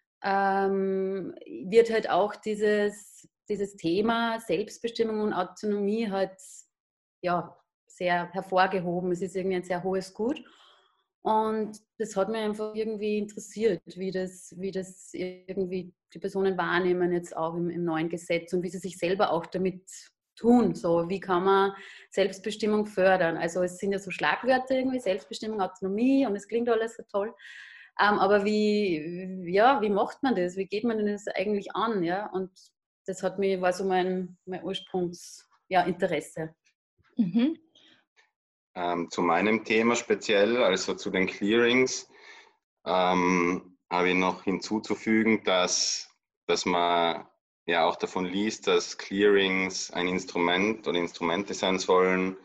ähm, wird halt auch dieses, dieses Thema Selbstbestimmung und Autonomie halt ja, sehr hervorgehoben. Es ist irgendwie ein sehr hohes Gut. Und das hat mich einfach irgendwie interessiert, wie das, wie das irgendwie die Personen wahrnehmen, jetzt auch im, im neuen Gesetz, und wie sie sich selber auch damit tun. So, wie kann man Selbstbestimmung fördern? Also es sind ja so Schlagwörter irgendwie, Selbstbestimmung, Autonomie, und es klingt alles so toll. Ähm, aber wie, ja, wie macht man das? Wie geht man denn das eigentlich an? Ja? Und das hat mich, war so mein, mein Ursprungsinteresse. Ja, Mhm. Ähm, zu meinem Thema speziell, also zu den Clearings, ähm, habe ich noch hinzuzufügen, dass, dass man ja auch davon liest, dass Clearings ein Instrument oder Instrumente sein sollen,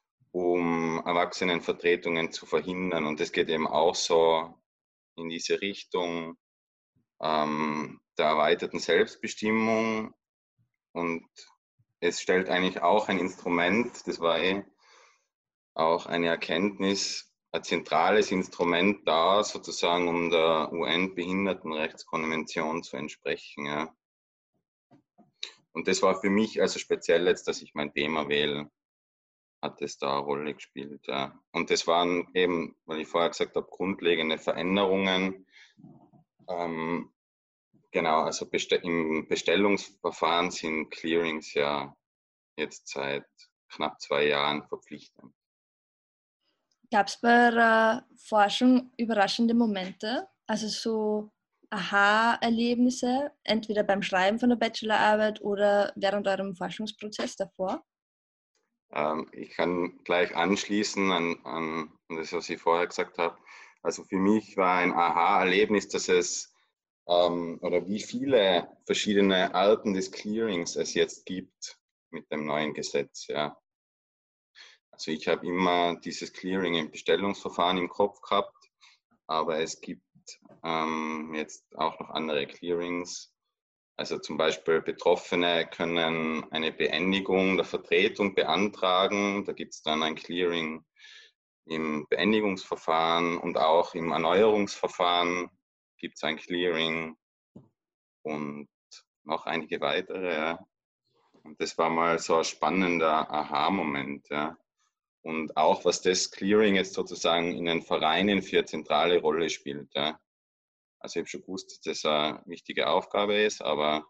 um Erwachsenenvertretungen zu verhindern. Und das geht eben auch so in diese Richtung ähm, der erweiterten Selbstbestimmung. Und es stellt eigentlich auch ein Instrument, das war eh auch eine Erkenntnis, ein zentrales Instrument dar, sozusagen, um der U N-Behindertenrechtskonvention zu entsprechen. Ja. Und das war für mich also speziell jetzt, dass ich mein Thema wähle, hat es da eine Rolle gespielt. Ja. Und das waren eben, weil ich vorher gesagt habe, grundlegende Veränderungen. Ähm, genau, also best im Bestellungsverfahren sind Clearings ja jetzt seit knapp zwei Jahren verpflichtend. Gab es bei der Forschung überraschende Momente, also so Aha-Erlebnisse, entweder beim Schreiben von der Bachelorarbeit oder während eurem Forschungsprozess davor? Ähm, ich kann gleich anschließen an, an das, was ich vorher gesagt habe. Also für mich war ein Aha-Erlebnis, dass es ähm, oder wie viele verschiedene Arten des Clearings es jetzt gibt mit dem neuen Gesetz. Ja. Also ich habe immer dieses Clearing im Bestellungsverfahren im Kopf gehabt, aber es gibt ähm, jetzt auch noch andere Clearings. Also zum Beispiel Betroffene können eine Beendigung der Vertretung beantragen. Da gibt es dann ein Clearing im Beendigungsverfahren, und auch im Erneuerungsverfahren gibt es ein Clearing und noch einige weitere. Ja. Und das war mal so ein spannender Aha-Moment. Ja. Und auch, was das Clearing jetzt sozusagen in den Vereinen für eine zentrale Rolle spielt. Ja. Also ich habe schon gewusst, dass das eine wichtige Aufgabe ist, aber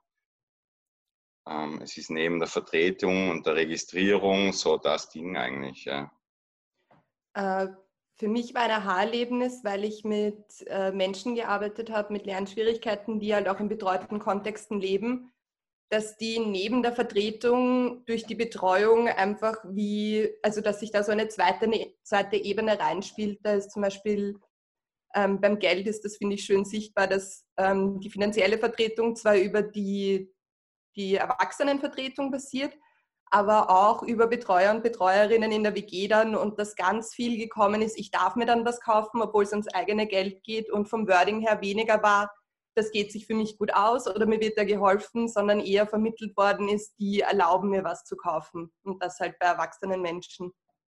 ähm, es ist neben der Vertretung und der Registrierung so das Ding eigentlich. Ja. Äh, für mich war ein Aha-Erlebnis, weil ich mit äh, Menschen gearbeitet habe, mit Lernschwierigkeiten, die halt auch in betreuten Kontexten leben, dass die neben der Vertretung durch die Betreuung einfach wie, also dass sich da so eine zweite, eine zweite Ebene reinspielt. Da ist zum Beispiel ähm, beim Geld ist das, finde ich, schön sichtbar, dass ähm, die finanzielle Vertretung zwar über die, die Erwachsenenvertretung basiert, aber auch über Betreuer und Betreuerinnen in der W G dann, und dass ganz viel gekommen ist, ich darf mir dann was kaufen, obwohl es ums eigene Geld geht, und vom Wording her weniger war, das geht sich für mich gut aus oder mir wird da geholfen, sondern eher vermittelt worden ist, die erlauben mir was zu kaufen, und das halt bei erwachsenen Menschen.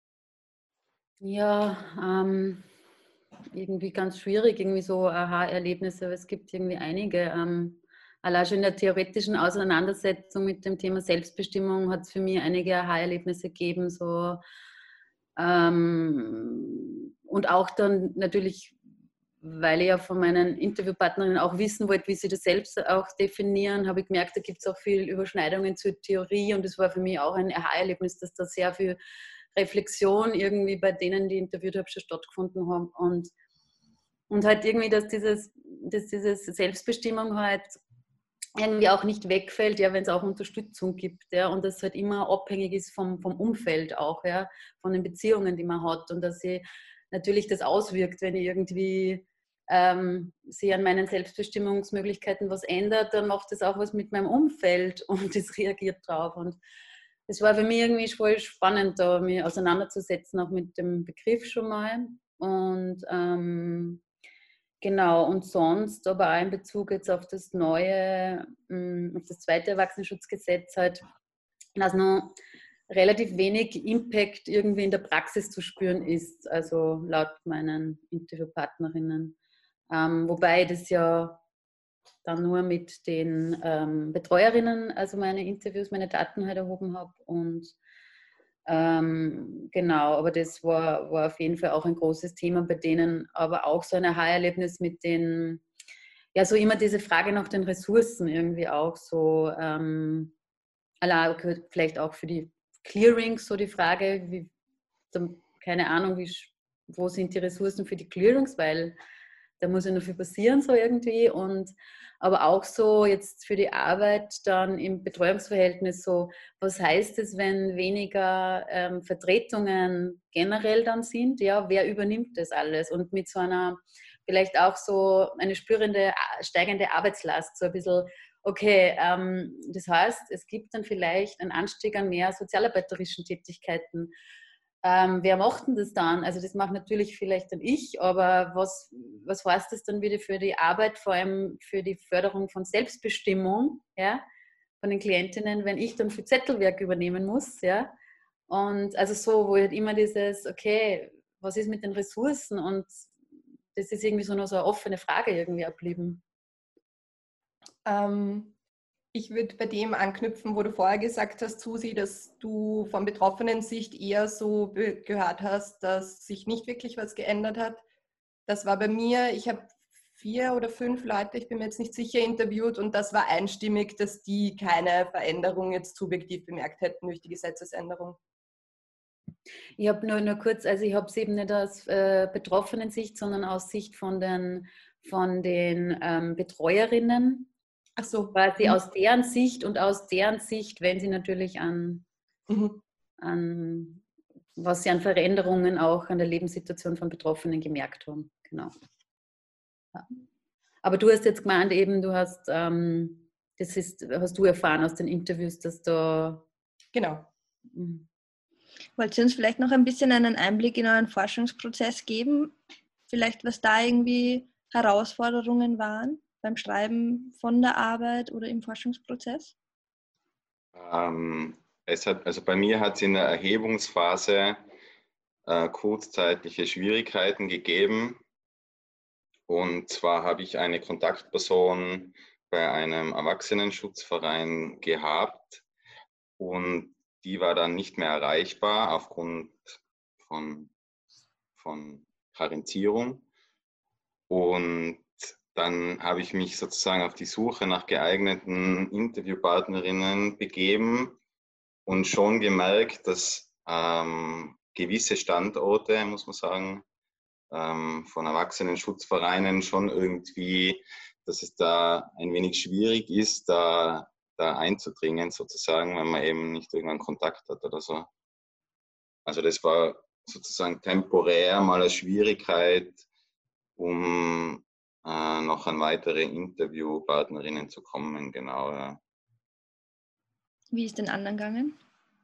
Ja, ähm, irgendwie ganz schwierig, irgendwie so Aha-Erlebnisse, aber es gibt irgendwie einige. Ähm, allein schon in der theoretischen Auseinandersetzung mit dem Thema Selbstbestimmung hat es für mich einige Aha-Erlebnisse gegeben. So, ähm, und auch dann natürlich, weil ich ja von meinen Interviewpartnerinnen auch wissen wollte, wie sie das selbst auch definieren, habe ich gemerkt, da gibt es auch viel Überschneidungen zur Theorie, und es war für mich auch ein Aha-Erlebnis, dass da sehr viel Reflexion irgendwie bei denen, die ich interviewt habe, schon stattgefunden haben. Und, und halt irgendwie, dass dieses, dass dieses Selbstbestimmung halt irgendwie auch nicht wegfällt, ja, wenn es auch Unterstützung gibt, ja, und das halt immer abhängig ist vom, vom Umfeld auch, ja, von den Beziehungen, die man hat, und dass sie natürlich das auswirkt, wenn ich irgendwie ähm, sich an meinen Selbstbestimmungsmöglichkeiten was ändert, dann macht das auch was mit meinem Umfeld und das reagiert drauf. Und das war für mich irgendwie voll spannend, da mich auseinanderzusetzen, auch mit dem Begriff schon mal. Und ähm, genau, und sonst aber auch in Bezug jetzt auf das neue, auf das zweite Erwachsenenschutzgesetz halt, dass noch relativ wenig Impact irgendwie in der Praxis zu spüren ist, also laut meinen Interviewpartnerinnen. Ähm, wobei das ja dann nur mit den ähm, Betreuerinnen, also meine Interviews, meine Daten halt erhoben habe. Und ähm, genau, aber das war, war auf jeden Fall auch ein großes Thema bei denen, aber auch so ein Aha-Erlebnis mit den, ja, so immer diese Frage nach den Ressourcen irgendwie auch so, ähm, okay, vielleicht auch für die Clearings so die Frage, wie, keine Ahnung, wie, wo sind die Ressourcen für die Clearings, weil da muss ja noch viel passieren so irgendwie, und aber auch so jetzt für die Arbeit dann im Betreuungsverhältnis so, was heißt es, wenn weniger ähm, Vertretungen generell dann sind, ja, wer übernimmt das alles, und mit so einer vielleicht auch so eine spürende, steigende Arbeitslast, so ein bisschen, okay, ähm, das heißt, es gibt dann vielleicht einen Anstieg an mehr sozialarbeiterischen Tätigkeiten. Ähm, wer macht denn das dann? Also das macht natürlich vielleicht dann ich, aber was, was heißt das dann wieder für die Arbeit, vor allem für die Förderung von Selbstbestimmung, ja, von den Klientinnen, wenn ich dann für Zettelwerk übernehmen muss, ja? Und also so, wo halt immer dieses, okay, was ist mit den Ressourcen? Und das ist irgendwie so noch so eine offene Frage irgendwie geblieben. Ähm, ich würde bei dem anknüpfen, wo du vorher gesagt hast, Susi, dass du von betroffenen Sicht eher so gehört hast, dass sich nicht wirklich was geändert hat. Das war bei mir, ich habe vier oder fünf Leute, ich bin mir jetzt nicht sicher, interviewt, und das war einstimmig, dass die keine Veränderung jetzt subjektiv bemerkt hätten durch die Gesetzesänderung. Ich habe nur, nur kurz, also ich habe es eben nicht aus äh, betroffenen Sicht, sondern aus Sicht von den, von den ähm, Betreuerinnen. Ach so. Quasi mhm. aus deren Sicht und aus deren Sicht, wenn sie natürlich an, mhm. an was sie an Veränderungen auch an der Lebenssituation von Betroffenen gemerkt haben. Genau. Ja. Aber du hast jetzt gemeint, eben, du hast, ähm, das ist, hast du erfahren aus den Interviews, dass da... Genau. Mhm. Wollt ihr uns vielleicht noch ein bisschen einen Einblick in euren Forschungsprozess geben? Vielleicht, was da irgendwie Herausforderungen waren beim Schreiben von der Arbeit oder im Forschungsprozess? Ähm, es hat, also bei mir hat es in der Erhebungsphase äh, kurzzeitliche Schwierigkeiten gegeben. Und zwar habe ich eine Kontaktperson bei einem Erwachsenenschutzverein gehabt, und die war dann nicht mehr erreichbar aufgrund von, von Karenzierung. Und dann habe ich mich sozusagen auf die Suche nach geeigneten Interviewpartnerinnen begeben und schon gemerkt, dass ähm, gewisse Standorte, muss man sagen, ähm, von Erwachsenenschutzvereinen schon irgendwie, dass es da ein wenig schwierig ist, da, da einzudringen sozusagen, wenn man eben nicht irgendwann Kontakt hat oder so. Also das war sozusagen temporär mal eine Schwierigkeit, um äh, noch an weitere Interviewpartnerinnen zu kommen, genau. Ja. Wie ist den anderen gegangen?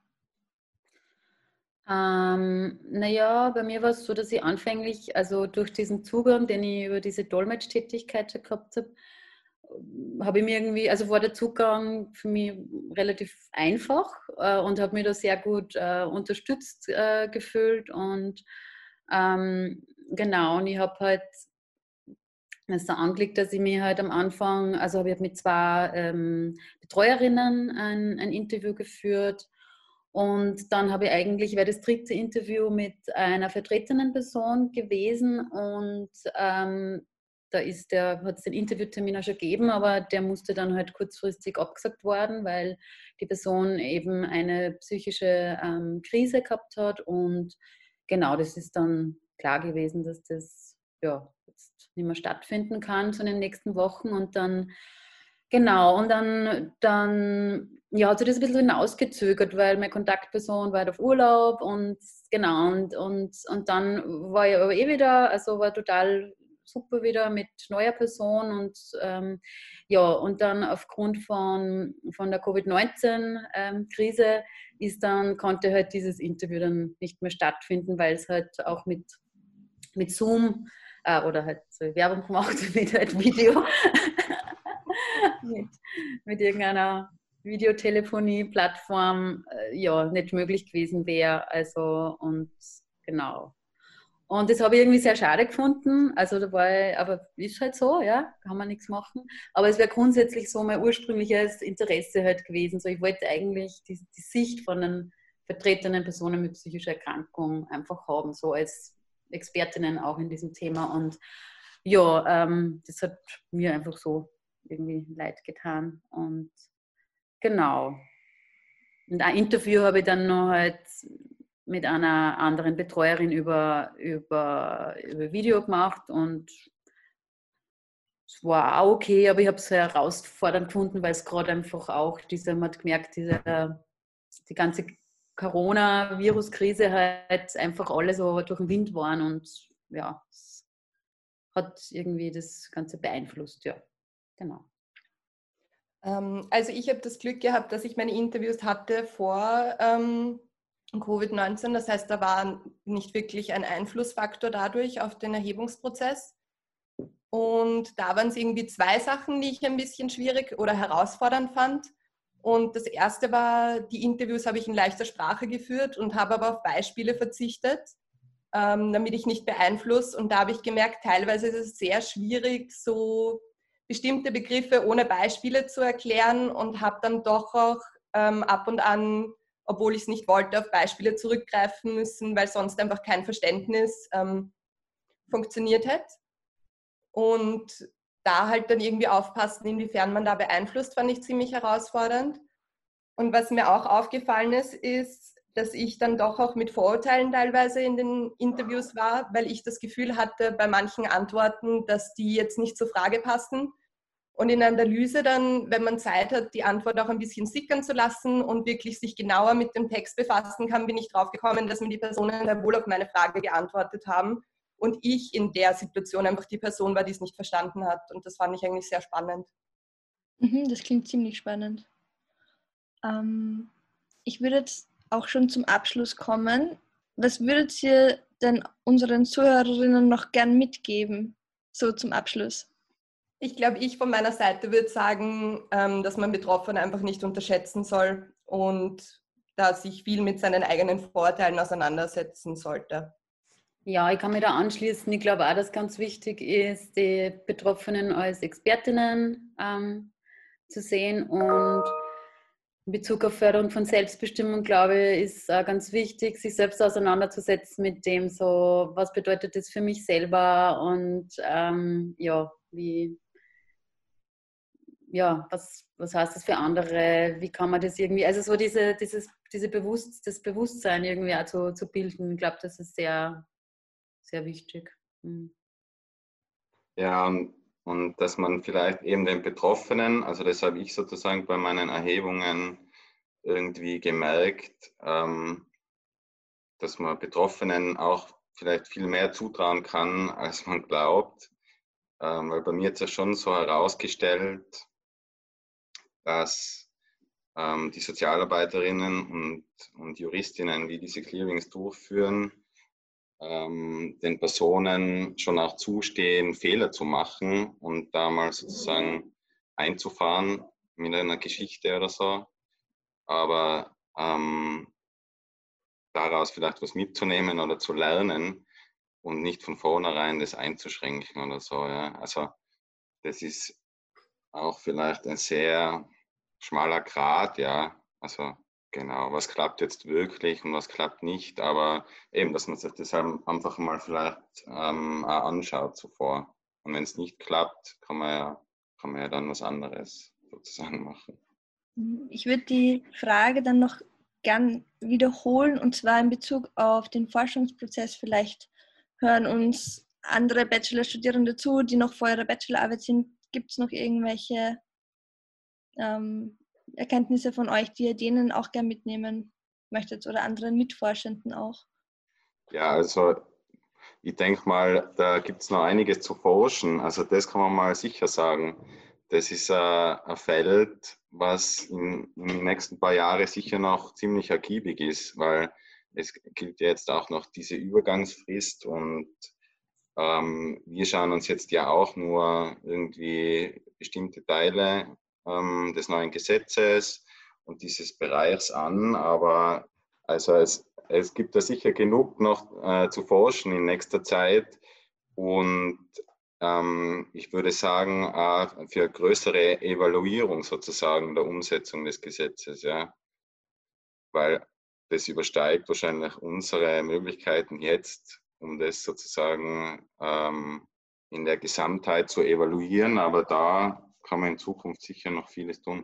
Ähm, naja, bei mir war es so, dass ich anfänglich, also durch diesen Zugang, den ich über diese Dolmetschtätigkeit gehabt habe, habe ich mir irgendwie, also war der Zugang für mich relativ einfach äh, und habe mich da sehr gut äh, unterstützt äh, gefühlt, und ähm, genau, und ich habe halt es so angelegt, dass ich mir halt am Anfang, also habe ich mit zwei ähm, Betreuerinnen ein, ein Interview geführt, und dann habe ich eigentlich, wäre das dritte Interview mit einer vertretenen Person gewesen, und ähm, da ist der, hat es den Interviewtermin auch schon gegeben, aber der musste dann halt kurzfristig abgesagt worden, weil die Person eben eine psychische ähm, Krise gehabt hat, und genau, das ist dann klar gewesen, dass das ja jetzt nicht mehr stattfinden kann so in den nächsten Wochen, und dann genau, und dann, dann ja, hat sich das ein bisschen hinausgezögert, weil meine Kontaktperson war halt auf Urlaub, und genau, und, und, und dann war ich aber eh wieder, also war total super wieder mit neuer Person und ähm, ja, und dann aufgrund von, von der Covid neunzehn Krise ist dann, konnte halt dieses Interview dann nicht mehr stattfinden, weil es halt auch mit, mit Zoom äh, oder halt so Werbung gemacht mit halt Video mit, mit irgendeiner Videotelefonie-Plattform äh, ja nicht möglich gewesen wäre. Also und genau. Und das habe ich irgendwie sehr schade gefunden. Also da war ich, aber ist halt so, ja, kann man nichts machen. Aber es wäre grundsätzlich so mein ursprüngliches Interesse halt gewesen. So, ich wollte eigentlich die, die Sicht von den vertretenen Personen mit psychischer Erkrankung einfach haben, so als Expertinnen auch in diesem Thema. Und ja, ähm, das hat mir einfach so irgendwie leid getan. Und genau. Und ein Interview habe ich dann noch halt mit einer anderen Betreuerin über, über, über Video gemacht und es war auch okay, aber ich habe es sehr herausfordernd gefunden, weil es gerade einfach auch, diese, man hat gemerkt, diese, die ganze Corona-Virus-Krise halt einfach alle so durch den Wind waren und ja, es hat irgendwie das Ganze beeinflusst, ja, genau. Ähm, also ich habe das Glück gehabt, dass ich meine Interviews hatte vor ähm, Covid neunzehn, das heißt, da war nicht wirklich ein Einflussfaktor dadurch auf den Erhebungsprozess. Und da waren es irgendwie zwei Sachen, die ich ein bisschen schwierig oder herausfordernd fand. Und das erste war, die Interviews habe ich in leichter Sprache geführt und habe aber auf Beispiele verzichtet, ähm, damit ich nicht beeinflusse. Und da habe ich gemerkt, teilweise ist es sehr schwierig, so bestimmte Begriffe ohne Beispiele zu erklären und habe dann doch auch ähm, ab und an, obwohl ich es nicht wollte, auf Beispiele zurückgreifen müssen, weil sonst einfach kein Verständnis ähm, funktioniert hätte. Und da halt dann irgendwie aufpassen, inwiefern man da beeinflusst, fand ich ziemlich herausfordernd. Und was mir auch aufgefallen ist, ist, dass ich dann doch auch mit Vorurteilen teilweise in den Interviews war, weil ich das Gefühl hatte, bei manchen Antworten, dass die jetzt nicht zur Frage passen. Und in der Analyse dann, wenn man Zeit hat, die Antwort auch ein bisschen sickern zu lassen und wirklich sich genauer mit dem Text befassen kann, bin ich drauf gekommen, dass mir die Personen sehr wohl auf meine Frage geantwortet haben und ich in der Situation einfach die Person war, die es nicht verstanden hat. Und das fand ich eigentlich sehr spannend. Mhm, das klingt ziemlich spannend. Ähm, ich würde jetzt auch schon zum Abschluss kommen. Was würdet ihr denn unseren Zuhörerinnen noch gern mitgeben, so zum Abschluss? Ich glaube, ich von meiner Seite würde sagen, dass man Betroffene einfach nicht unterschätzen soll und da sich viel mit seinen eigenen Vorurteilen auseinandersetzen sollte. Ja, ich kann mich da anschließen. Ich glaube auch, dass ganz wichtig ist, die Betroffenen als Expertinnen ähm, zu sehen. Und in Bezug auf Förderung von Selbstbestimmung, glaube ich, ist äh, ganz wichtig, sich selbst auseinanderzusetzen mit dem, so, was bedeutet das für mich selber und ähm, ja, wie, ja, was, was heißt das für andere, wie kann man das irgendwie, also so diese, dieses, diese Bewusst, das Bewusstsein irgendwie auch zu, zu bilden, ich glaube, das ist sehr, sehr wichtig. Mhm. Ja, und, und dass man vielleicht eben den Betroffenen, also das habe ich sozusagen bei meinen Erhebungen irgendwie gemerkt, ähm, dass man Betroffenen auch vielleicht viel mehr zutrauen kann, als man glaubt. Ähm, weil bei mir hat es ja schon so herausgestellt, dass ähm, die Sozialarbeiterinnen und, und Juristinnen, die diese Clearings durchführen, ähm, den Personen schon auch zustehen, Fehler zu machen und da mal sozusagen einzufahren mit einer Geschichte oder so. Aber ähm, daraus vielleicht was mitzunehmen oder zu lernen und nicht von vornherein das einzuschränken oder so. Ja. Also das ist auch vielleicht ein sehr schmaler Grat, ja. Also genau, was klappt jetzt wirklich und was klappt nicht, aber eben, dass man sich das einfach mal vielleicht ähm, auch anschaut zuvor. Und wenn es nicht klappt, kann man ja, kann man ja dann was anderes sozusagen machen. Ich würde die Frage dann noch gern wiederholen, und zwar in Bezug auf den Forschungsprozess. Vielleicht hören uns andere Bachelorstudierende zu, die noch vor ihrer Bachelorarbeit sind. Gibt es noch irgendwelche ähm, Erkenntnisse von euch, die ihr denen auch gern mitnehmen möchtet oder anderen Mitforschenden auch? Ja, also ich denke mal, da gibt es noch einiges zu forschen. Also das kann man mal sicher sagen. Das ist ein, ein Feld, was in, in den nächsten paar Jahren sicher noch ziemlich ergiebig ist, weil es gilt ja jetzt auch noch diese Übergangsfrist und ähm, wir schauen uns jetzt ja auch nur irgendwie bestimmte Teile ähm, des neuen Gesetzes und dieses Bereichs an, aber also es, es gibt da sicher genug noch äh, zu forschen in nächster Zeit und ähm, ich würde sagen, äh, für größere Evaluierung sozusagen der Umsetzung des Gesetzes, ja, weil das übersteigt wahrscheinlich unsere Möglichkeiten jetzt, um das sozusagen ähm, in der Gesamtheit zu evaluieren, aber da kann man in Zukunft sicher noch vieles tun.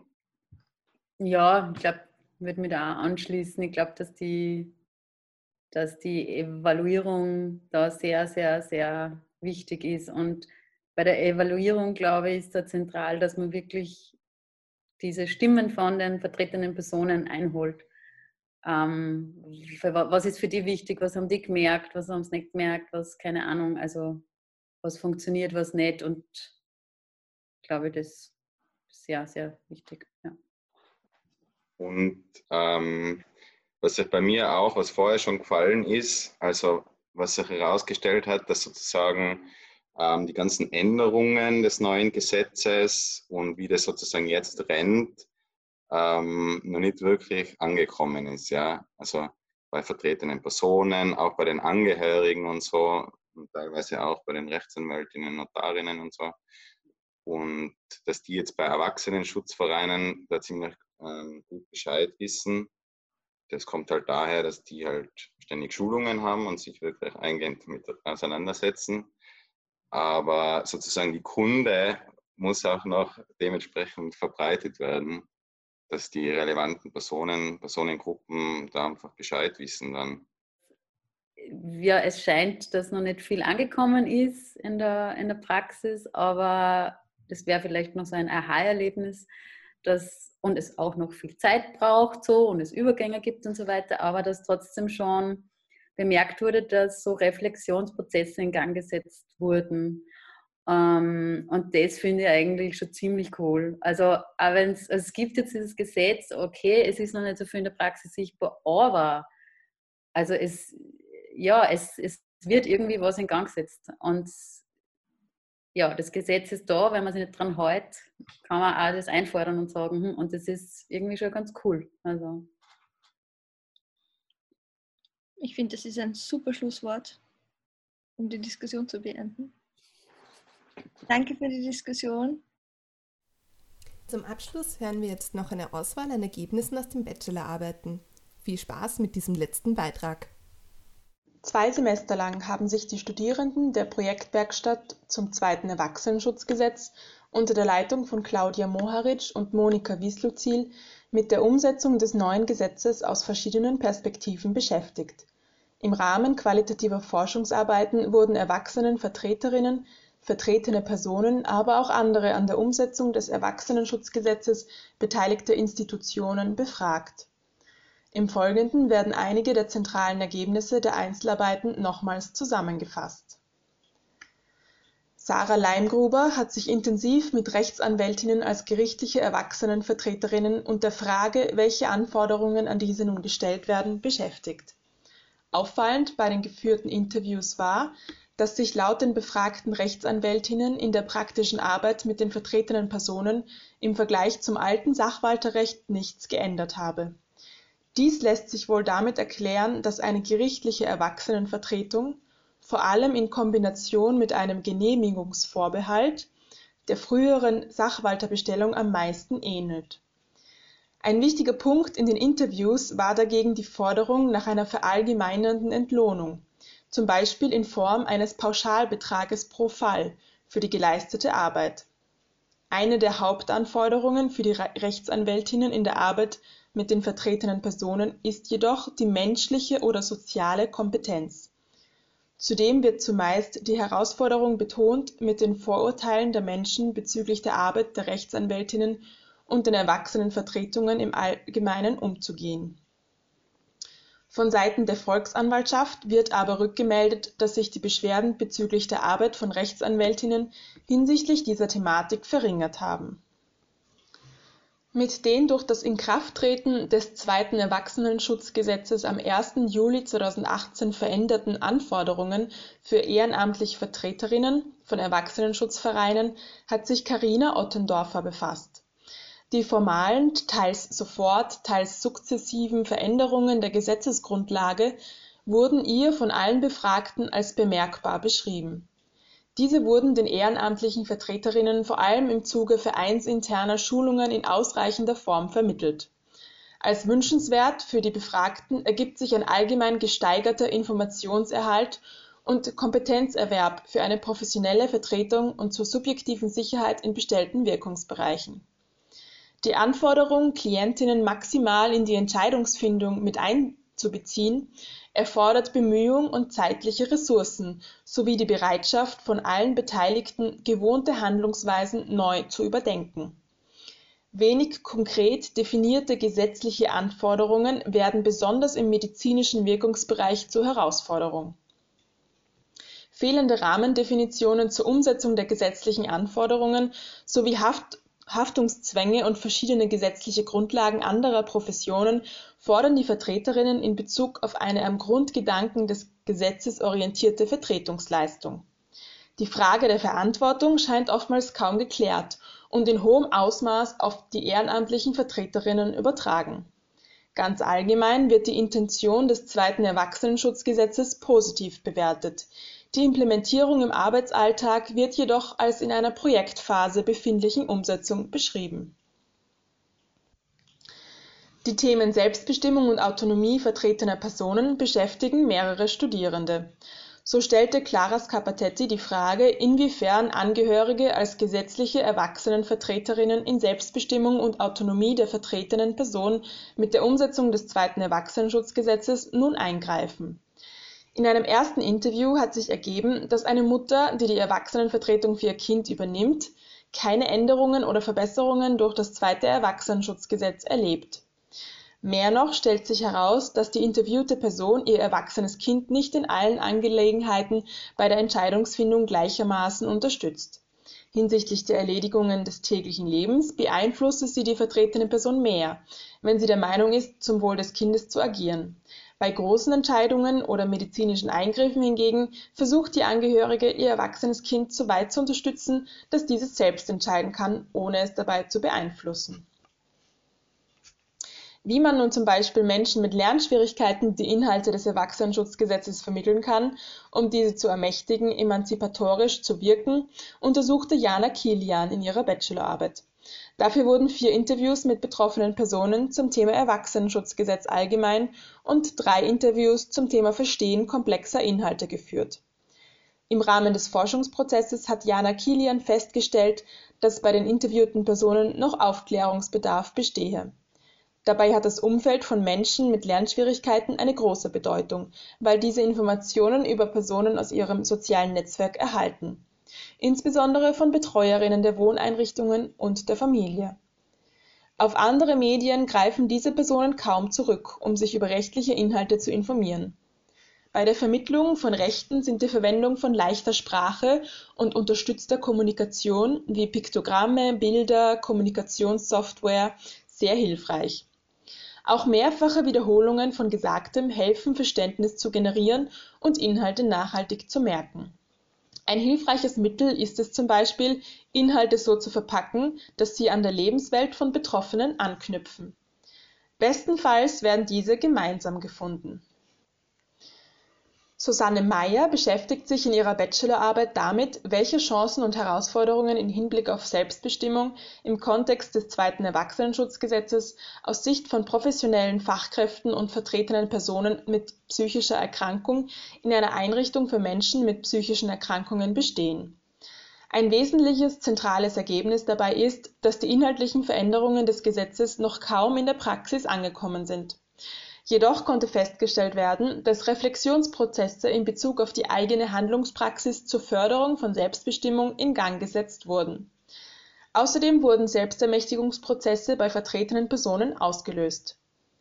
Ja, ich glaube, ich würde mich da auch anschließen. Ich glaube, dass die, dass die Evaluierung da sehr, sehr, sehr wichtig ist. Und bei der Evaluierung, glaube ich, ist da zentral, dass man wirklich diese Stimmen von den vertretenen Personen einholt. Ähm, was ist für die wichtig? Was haben die gemerkt? Was haben sie nicht gemerkt? Was, keine Ahnung, also was funktioniert, was nicht. Und ich glaube, das ist sehr, sehr wichtig. Ja. Und ähm, was sich bei mir auch, was vorher schon gefallen ist, also was sich herausgestellt hat, dass sozusagen ähm, die ganzen Änderungen des neuen Gesetzes und wie das sozusagen jetzt rennt, ähm, noch nicht wirklich angekommen ist. Ja? Also bei vertretenen Personen, auch bei den Angehörigen und so, und teilweise auch bei den Rechtsanwältinnen, Notarinnen und so. Und dass die jetzt bei Erwachsenenschutzvereinen da ziemlich ähm, gut Bescheid wissen. Das kommt halt daher, dass die halt ständig Schulungen haben und sich wirklich eingehend damit auseinandersetzen. Aber sozusagen die Kunde muss auch noch dementsprechend verbreitet werden, dass die relevanten Personen, Personengruppen da einfach Bescheid wissen dann. Ja, es scheint, dass noch nicht viel angekommen ist in der, in der Praxis, aber das wäre vielleicht noch so ein Aha-Erlebnis, dass, und es auch noch viel Zeit braucht so und es Übergänge gibt und so weiter, aber dass trotzdem schon bemerkt wurde, dass so Reflexionsprozesse in Gang gesetzt wurden. Um, und das finde ich eigentlich schon ziemlich cool. Also, auch wenn's, also es gibt jetzt dieses Gesetz, okay, es ist noch nicht so viel in der Praxis sichtbar, aber also es, ja, es, es wird irgendwie was in Gang gesetzt. Und ja, das Gesetz ist da, wenn man sich nicht dran hält, kann man auch das einfordern und sagen, hm, und das ist irgendwie schon ganz cool. Also. Ich finde, das ist ein super Schlusswort, um die Diskussion zu beenden. Danke für die Diskussion. Zum Abschluss hören wir jetzt noch eine Auswahl an Ergebnissen aus den Bachelorarbeiten. Viel Spaß mit diesem letzten Beitrag. Zwei Semester lang haben sich die Studierenden der Projektwerkstatt zum zweiten Erwachsenenschutzgesetz unter der Leitung von Claudia Moharic und Monika Wisluziel mit der Umsetzung des neuen Gesetzes aus verschiedenen Perspektiven beschäftigt. Im Rahmen qualitativer Forschungsarbeiten wurden Erwachsenenvertreterinnen, vertretene Personen, aber auch andere an der Umsetzung des Erwachsenenschutzgesetzes beteiligte Institutionen befragt. Im Folgenden werden einige der zentralen Ergebnisse der Einzelarbeiten nochmals zusammengefasst. Sarah Leimgruber hat sich intensiv mit Rechtsanwältinnen als gerichtliche Erwachsenenvertreterinnen und der Frage, welche Anforderungen an diese nun gestellt werden, beschäftigt. Auffallend bei den geführten Interviews war, dass sich laut den befragten Rechtsanwältinnen in der praktischen Arbeit mit den vertretenen Personen im Vergleich zum alten Sachwalterrecht nichts geändert habe. Dies lässt sich wohl damit erklären, dass eine gerichtliche Erwachsenenvertretung, vor allem in Kombination mit einem Genehmigungsvorbehalt, der früheren Sachwalterbestellung am meisten ähnelt. Ein wichtiger Punkt in den Interviews war dagegen die Forderung nach einer verallgemeinernden Entlohnung, zum Beispiel in Form eines Pauschalbetrages pro Fall für die geleistete Arbeit. Eine der Hauptanforderungen für die Rechtsanwältinnen in der Arbeit mit den vertretenen Personen ist jedoch die menschliche oder soziale Kompetenz. Zudem wird zumeist die Herausforderung betont, mit den Vorurteilen der Menschen bezüglich der Arbeit der Rechtsanwältinnen und den Erwachsenenvertretungen im Allgemeinen umzugehen. Von Seiten der Volksanwaltschaft wird aber rückgemeldet, dass sich die Beschwerden bezüglich der Arbeit von Rechtsanwältinnen hinsichtlich dieser Thematik verringert haben. Mit den durch das Inkrafttreten des zweiten Erwachsenenschutzgesetzes am ersten Juli zweitausendachtzehn veränderten Anforderungen für ehrenamtliche Vertreterinnen von Erwachsenenschutzvereinen hat sich Carina Ottendorfer befasst. Die formalen, teils sofort, teils sukzessiven Veränderungen der Gesetzesgrundlage wurden ihr von allen Befragten als bemerkbar beschrieben. Diese wurden den ehrenamtlichen Vertreterinnen vor allem im Zuge vereinsinterner Schulungen in ausreichender Form vermittelt. Als wünschenswert für die Befragten ergibt sich ein allgemein gesteigerter Informationserhalt und Kompetenzerwerb für eine professionelle Vertretung und zur subjektiven Sicherheit in bestellten Wirkungsbereichen. Die Anforderung, Klientinnen maximal in die Entscheidungsfindung mit einzubeziehen, erfordert Bemühung und zeitliche Ressourcen sowie die Bereitschaft von allen Beteiligten, gewohnte Handlungsweisen neu zu überdenken. Wenig konkret definierte gesetzliche Anforderungen werden besonders im medizinischen Wirkungsbereich zur Herausforderung. Fehlende Rahmendefinitionen zur Umsetzung der gesetzlichen Anforderungen sowie Haft Haftungszwänge und verschiedene gesetzliche Grundlagen anderer Professionen fordern die Vertreterinnen in Bezug auf eine am Grundgedanken des Gesetzes orientierte Vertretungsleistung. Die Frage der Verantwortung scheint oftmals kaum geklärt und in hohem Ausmaß auf die ehrenamtlichen Vertreterinnen übertragen. Ganz allgemein wird die Intention des zweiten Erwachsenenschutzgesetzes positiv bewertet. Die Implementierung im Arbeitsalltag wird jedoch als in einer Projektphase befindlichen Umsetzung beschrieben. Die Themen Selbstbestimmung und Autonomie vertretener Personen beschäftigen mehrere Studierende. So stellte Clara Scapatetti die Frage, inwiefern Angehörige als gesetzliche Erwachsenenvertreterinnen in Selbstbestimmung und Autonomie der vertretenen Person mit der Umsetzung des zweiten Erwachsenenschutzgesetzes nun eingreifen. In einem ersten Interview hat sich ergeben, dass eine Mutter, die die Erwachsenenvertretung für ihr Kind übernimmt, keine Änderungen oder Verbesserungen durch das zweite Erwachsenenschutzgesetz erlebt. Mehr noch stellt sich heraus, dass die interviewte Person ihr erwachsenes Kind nicht in allen Angelegenheiten bei der Entscheidungsfindung gleichermaßen unterstützt. Hinsichtlich der Erledigungen des täglichen Lebens beeinflusst sie die vertretene Person mehr, wenn sie der Meinung ist, zum Wohl des Kindes zu agieren. Bei großen Entscheidungen oder medizinischen Eingriffen hingegen versucht die Angehörige, ihr erwachsenes Kind so weit zu unterstützen, dass dieses selbst entscheiden kann, ohne es dabei zu beeinflussen. Wie man nun zum Beispiel Menschen mit Lernschwierigkeiten die Inhalte des Erwachsenenschutzgesetzes vermitteln kann, um diese zu ermächtigen, emanzipatorisch zu wirken, untersuchte Jana Kilian in ihrer Bachelorarbeit. Dafür wurden vier Interviews mit betroffenen Personen zum Thema Erwachsenenschutzgesetz allgemein und drei Interviews zum Thema Verstehen komplexer Inhalte geführt. Im Rahmen des Forschungsprozesses hat Jana Kilian festgestellt, dass bei den interviewten Personen noch Aufklärungsbedarf bestehe. Dabei hat das Umfeld von Menschen mit Lernschwierigkeiten eine große Bedeutung, weil diese Informationen über Personen aus ihrem sozialen Netzwerk erhalten, insbesondere von Betreuerinnen der Wohneinrichtungen und der Familie. Auf andere Medien greifen diese Personen kaum zurück, um sich über rechtliche Inhalte zu informieren. Bei der Vermittlung von Rechten sind die Verwendung von leichter Sprache und unterstützter Kommunikation wie Piktogramme, Bilder, Kommunikationssoftware sehr hilfreich. Auch mehrfache Wiederholungen von Gesagtem helfen, Verständnis zu generieren und Inhalte nachhaltig zu merken. Ein hilfreiches Mittel ist es zum Beispiel, Inhalte so zu verpacken, dass sie an der Lebenswelt von Betroffenen anknüpfen. Bestenfalls werden diese gemeinsam gefunden. Susanne Meyer beschäftigt sich in ihrer Bachelorarbeit damit, welche Chancen und Herausforderungen im Hinblick auf Selbstbestimmung im Kontext des zweiten Erwachsenenschutzgesetzes aus Sicht von professionellen Fachkräften und vertretenen Personen mit psychischer Erkrankung in einer Einrichtung für Menschen mit psychischen Erkrankungen bestehen. Ein wesentliches zentrales Ergebnis dabei ist, dass die inhaltlichen Veränderungen des Gesetzes noch kaum in der Praxis angekommen sind. Jedoch konnte festgestellt werden, dass Reflexionsprozesse in Bezug auf die eigene Handlungspraxis zur Förderung von Selbstbestimmung in Gang gesetzt wurden. Außerdem wurden Selbstermächtigungsprozesse bei vertretenen Personen ausgelöst.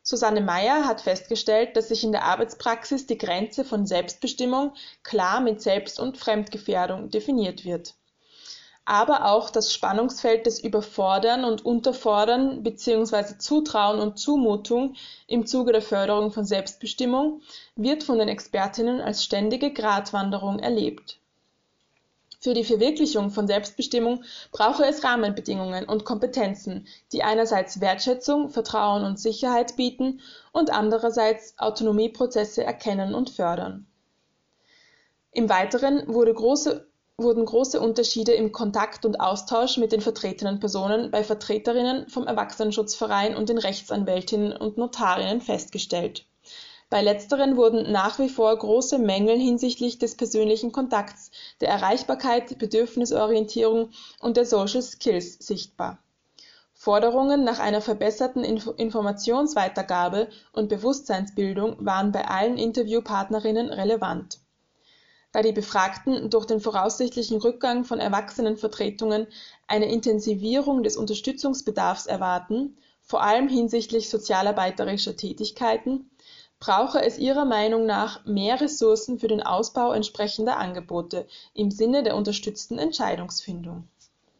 Susanne Meyer hat festgestellt, dass sich in der Arbeitspraxis die Grenze von Selbstbestimmung klar mit Selbst- und Fremdgefährdung definiert wird. Aber auch das Spannungsfeld des Überfordern und Unterfordern bzw. Zutrauen und Zumutung im Zuge der Förderung von Selbstbestimmung wird von den Expertinnen als ständige Gratwanderung erlebt. Für die Verwirklichung von Selbstbestimmung brauche es Rahmenbedingungen und Kompetenzen, die einerseits Wertschätzung, Vertrauen und Sicherheit bieten und andererseits Autonomieprozesse erkennen und fördern. Im Weiteren wurde große, wurden große Unterschiede im Kontakt und Austausch mit den vertretenen Personen bei Vertreterinnen vom Erwachsenenschutzverein und den Rechtsanwältinnen und Notarinnen festgestellt. Bei letzteren wurden nach wie vor große Mängel hinsichtlich des persönlichen Kontakts, der Erreichbarkeit, Bedürfnisorientierung und der Social Skills sichtbar. Forderungen nach einer verbesserten Inf- Informationsweitergabe und Bewusstseinsbildung waren bei allen Interviewpartnerinnen relevant. Da die Befragten durch den voraussichtlichen Rückgang von Erwachsenenvertretungen eine Intensivierung des Unterstützungsbedarfs erwarten, vor allem hinsichtlich sozialarbeiterischer Tätigkeiten, brauche es ihrer Meinung nach mehr Ressourcen für den Ausbau entsprechender Angebote im Sinne der unterstützten Entscheidungsfindung.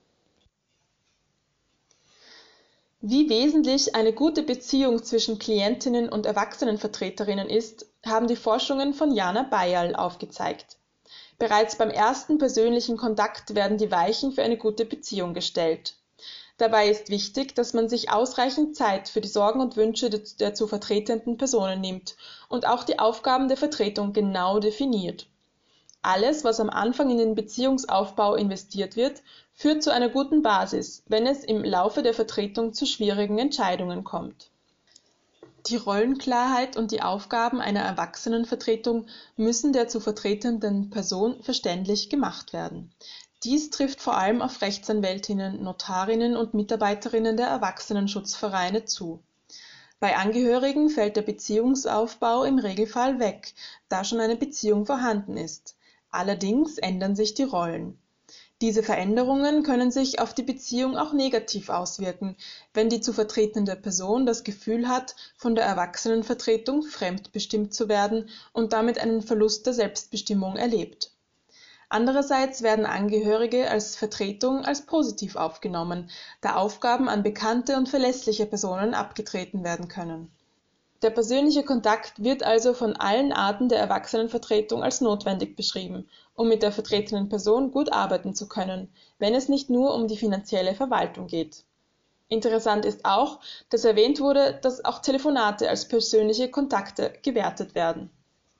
Wie wesentlich eine gute Beziehung zwischen Klientinnen und Erwachsenenvertreterinnen ist, haben die Forschungen von Jana Bayerl aufgezeigt. Bereits beim ersten persönlichen Kontakt werden die Weichen für eine gute Beziehung gestellt. Dabei ist wichtig, dass man sich ausreichend Zeit für die Sorgen und Wünsche der zu vertretenden Personen nimmt und auch die Aufgaben der Vertretung genau definiert. Alles, was am Anfang in den Beziehungsaufbau investiert wird, führt zu einer guten Basis, wenn es im Laufe der Vertretung zu schwierigen Entscheidungen kommt. Die Rollenklarheit und die Aufgaben einer Erwachsenenvertretung müssen der zu vertretenden Person verständlich gemacht werden. Dies trifft vor allem auf Rechtsanwältinnen, Notarinnen und Mitarbeiterinnen der Erwachsenenschutzvereine zu. Bei Angehörigen fällt der Beziehungsaufbau im Regelfall weg, da schon eine Beziehung vorhanden ist. Allerdings ändern sich die Rollen. Diese Veränderungen können sich auf die Beziehung auch negativ auswirken, wenn die zu vertretende Person das Gefühl hat, von der Erwachsenenvertretung fremdbestimmt zu werden und damit einen Verlust der Selbstbestimmung erlebt. Andererseits werden Angehörige als Vertretung als positiv aufgenommen, da Aufgaben an bekannte und verlässliche Personen abgetreten werden können. Der persönliche Kontakt wird also von allen Arten der Erwachsenenvertretung als notwendig beschrieben, um mit der vertretenen Person gut arbeiten zu können, wenn es nicht nur um die finanzielle Verwaltung geht. Interessant ist auch, dass erwähnt wurde, dass auch Telefonate als persönliche Kontakte gewertet werden.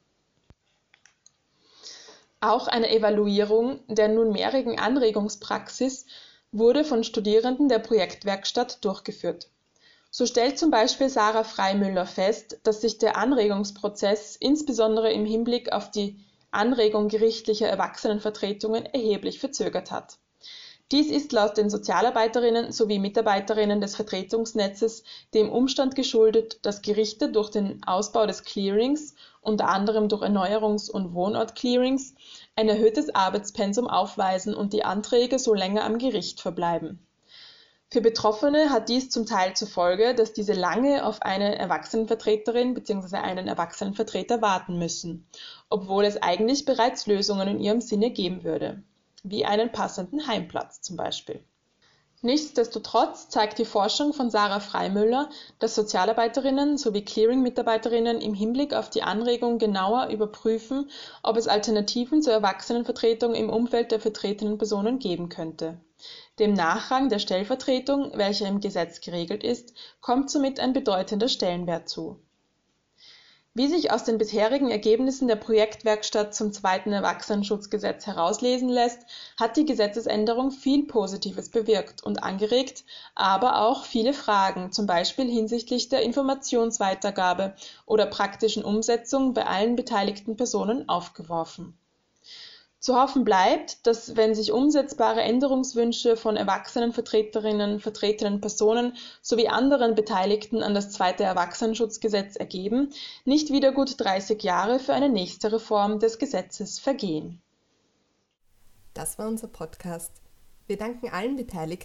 Auch eine Evaluierung der nunmehrigen Anregungspraxis wurde von Studierenden der Projektwerkstatt durchgeführt. So stellt zum Beispiel Sarah Freimüller fest, dass sich der Anregungsprozess insbesondere im Hinblick auf die Anregung gerichtlicher Erwachsenenvertretungen erheblich verzögert hat. Dies ist laut den Sozialarbeiterinnen sowie Mitarbeiterinnen des Vertretungsnetzes dem Umstand geschuldet, dass Gerichte durch den Ausbau des Clearings, unter anderem durch Erneuerungs- und Wohnort-Clearings, ein erhöhtes Arbeitspensum aufweisen und die Anträge so länger am Gericht verbleiben. Für Betroffene hat dies zum Teil zur Folge, dass diese lange auf eine Erwachsenenvertreterin bzw. einen Erwachsenenvertreter warten müssen, obwohl es eigentlich bereits Lösungen in ihrem Sinne geben würde, wie einen passenden Heimplatz zum Beispiel. Nichtsdestotrotz zeigt die Forschung von Sarah Freimüller, dass Sozialarbeiterinnen sowie Clearing-Mitarbeiterinnen im Hinblick auf die Anregung genauer überprüfen, ob es Alternativen zur Erwachsenenvertretung im Umfeld der vertretenen Personen geben könnte. Dem Nachrang der Stellvertretung, welcher im Gesetz geregelt ist, kommt somit ein bedeutender Stellenwert zu. Wie sich aus den bisherigen Ergebnissen der Projektwerkstatt zum zweiten Erwachsenenschutzgesetz herauslesen lässt, hat die Gesetzesänderung viel Positives bewirkt und angeregt, aber auch viele Fragen, zum Beispiel hinsichtlich der Informationsweitergabe oder praktischen Umsetzung bei allen beteiligten Personen aufgeworfen. Zu hoffen bleibt, dass, wenn sich umsetzbare Änderungswünsche von Erwachsenenvertreterinnen, vertretenen Personen sowie anderen Beteiligten an das zweite Erwachsenenschutzgesetz ergeben, nicht wieder gut dreißig Jahre für eine nächste Reform des Gesetzes vergehen. Das war unser Podcast. Wir danken allen Beteiligten,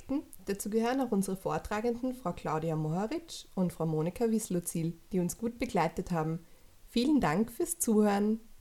Dazu gehören auch unsere Vortragenden Frau Claudia Moharitsch und Frau Monika Wislozil, die uns gut begleitet haben. Vielen Dank fürs Zuhören.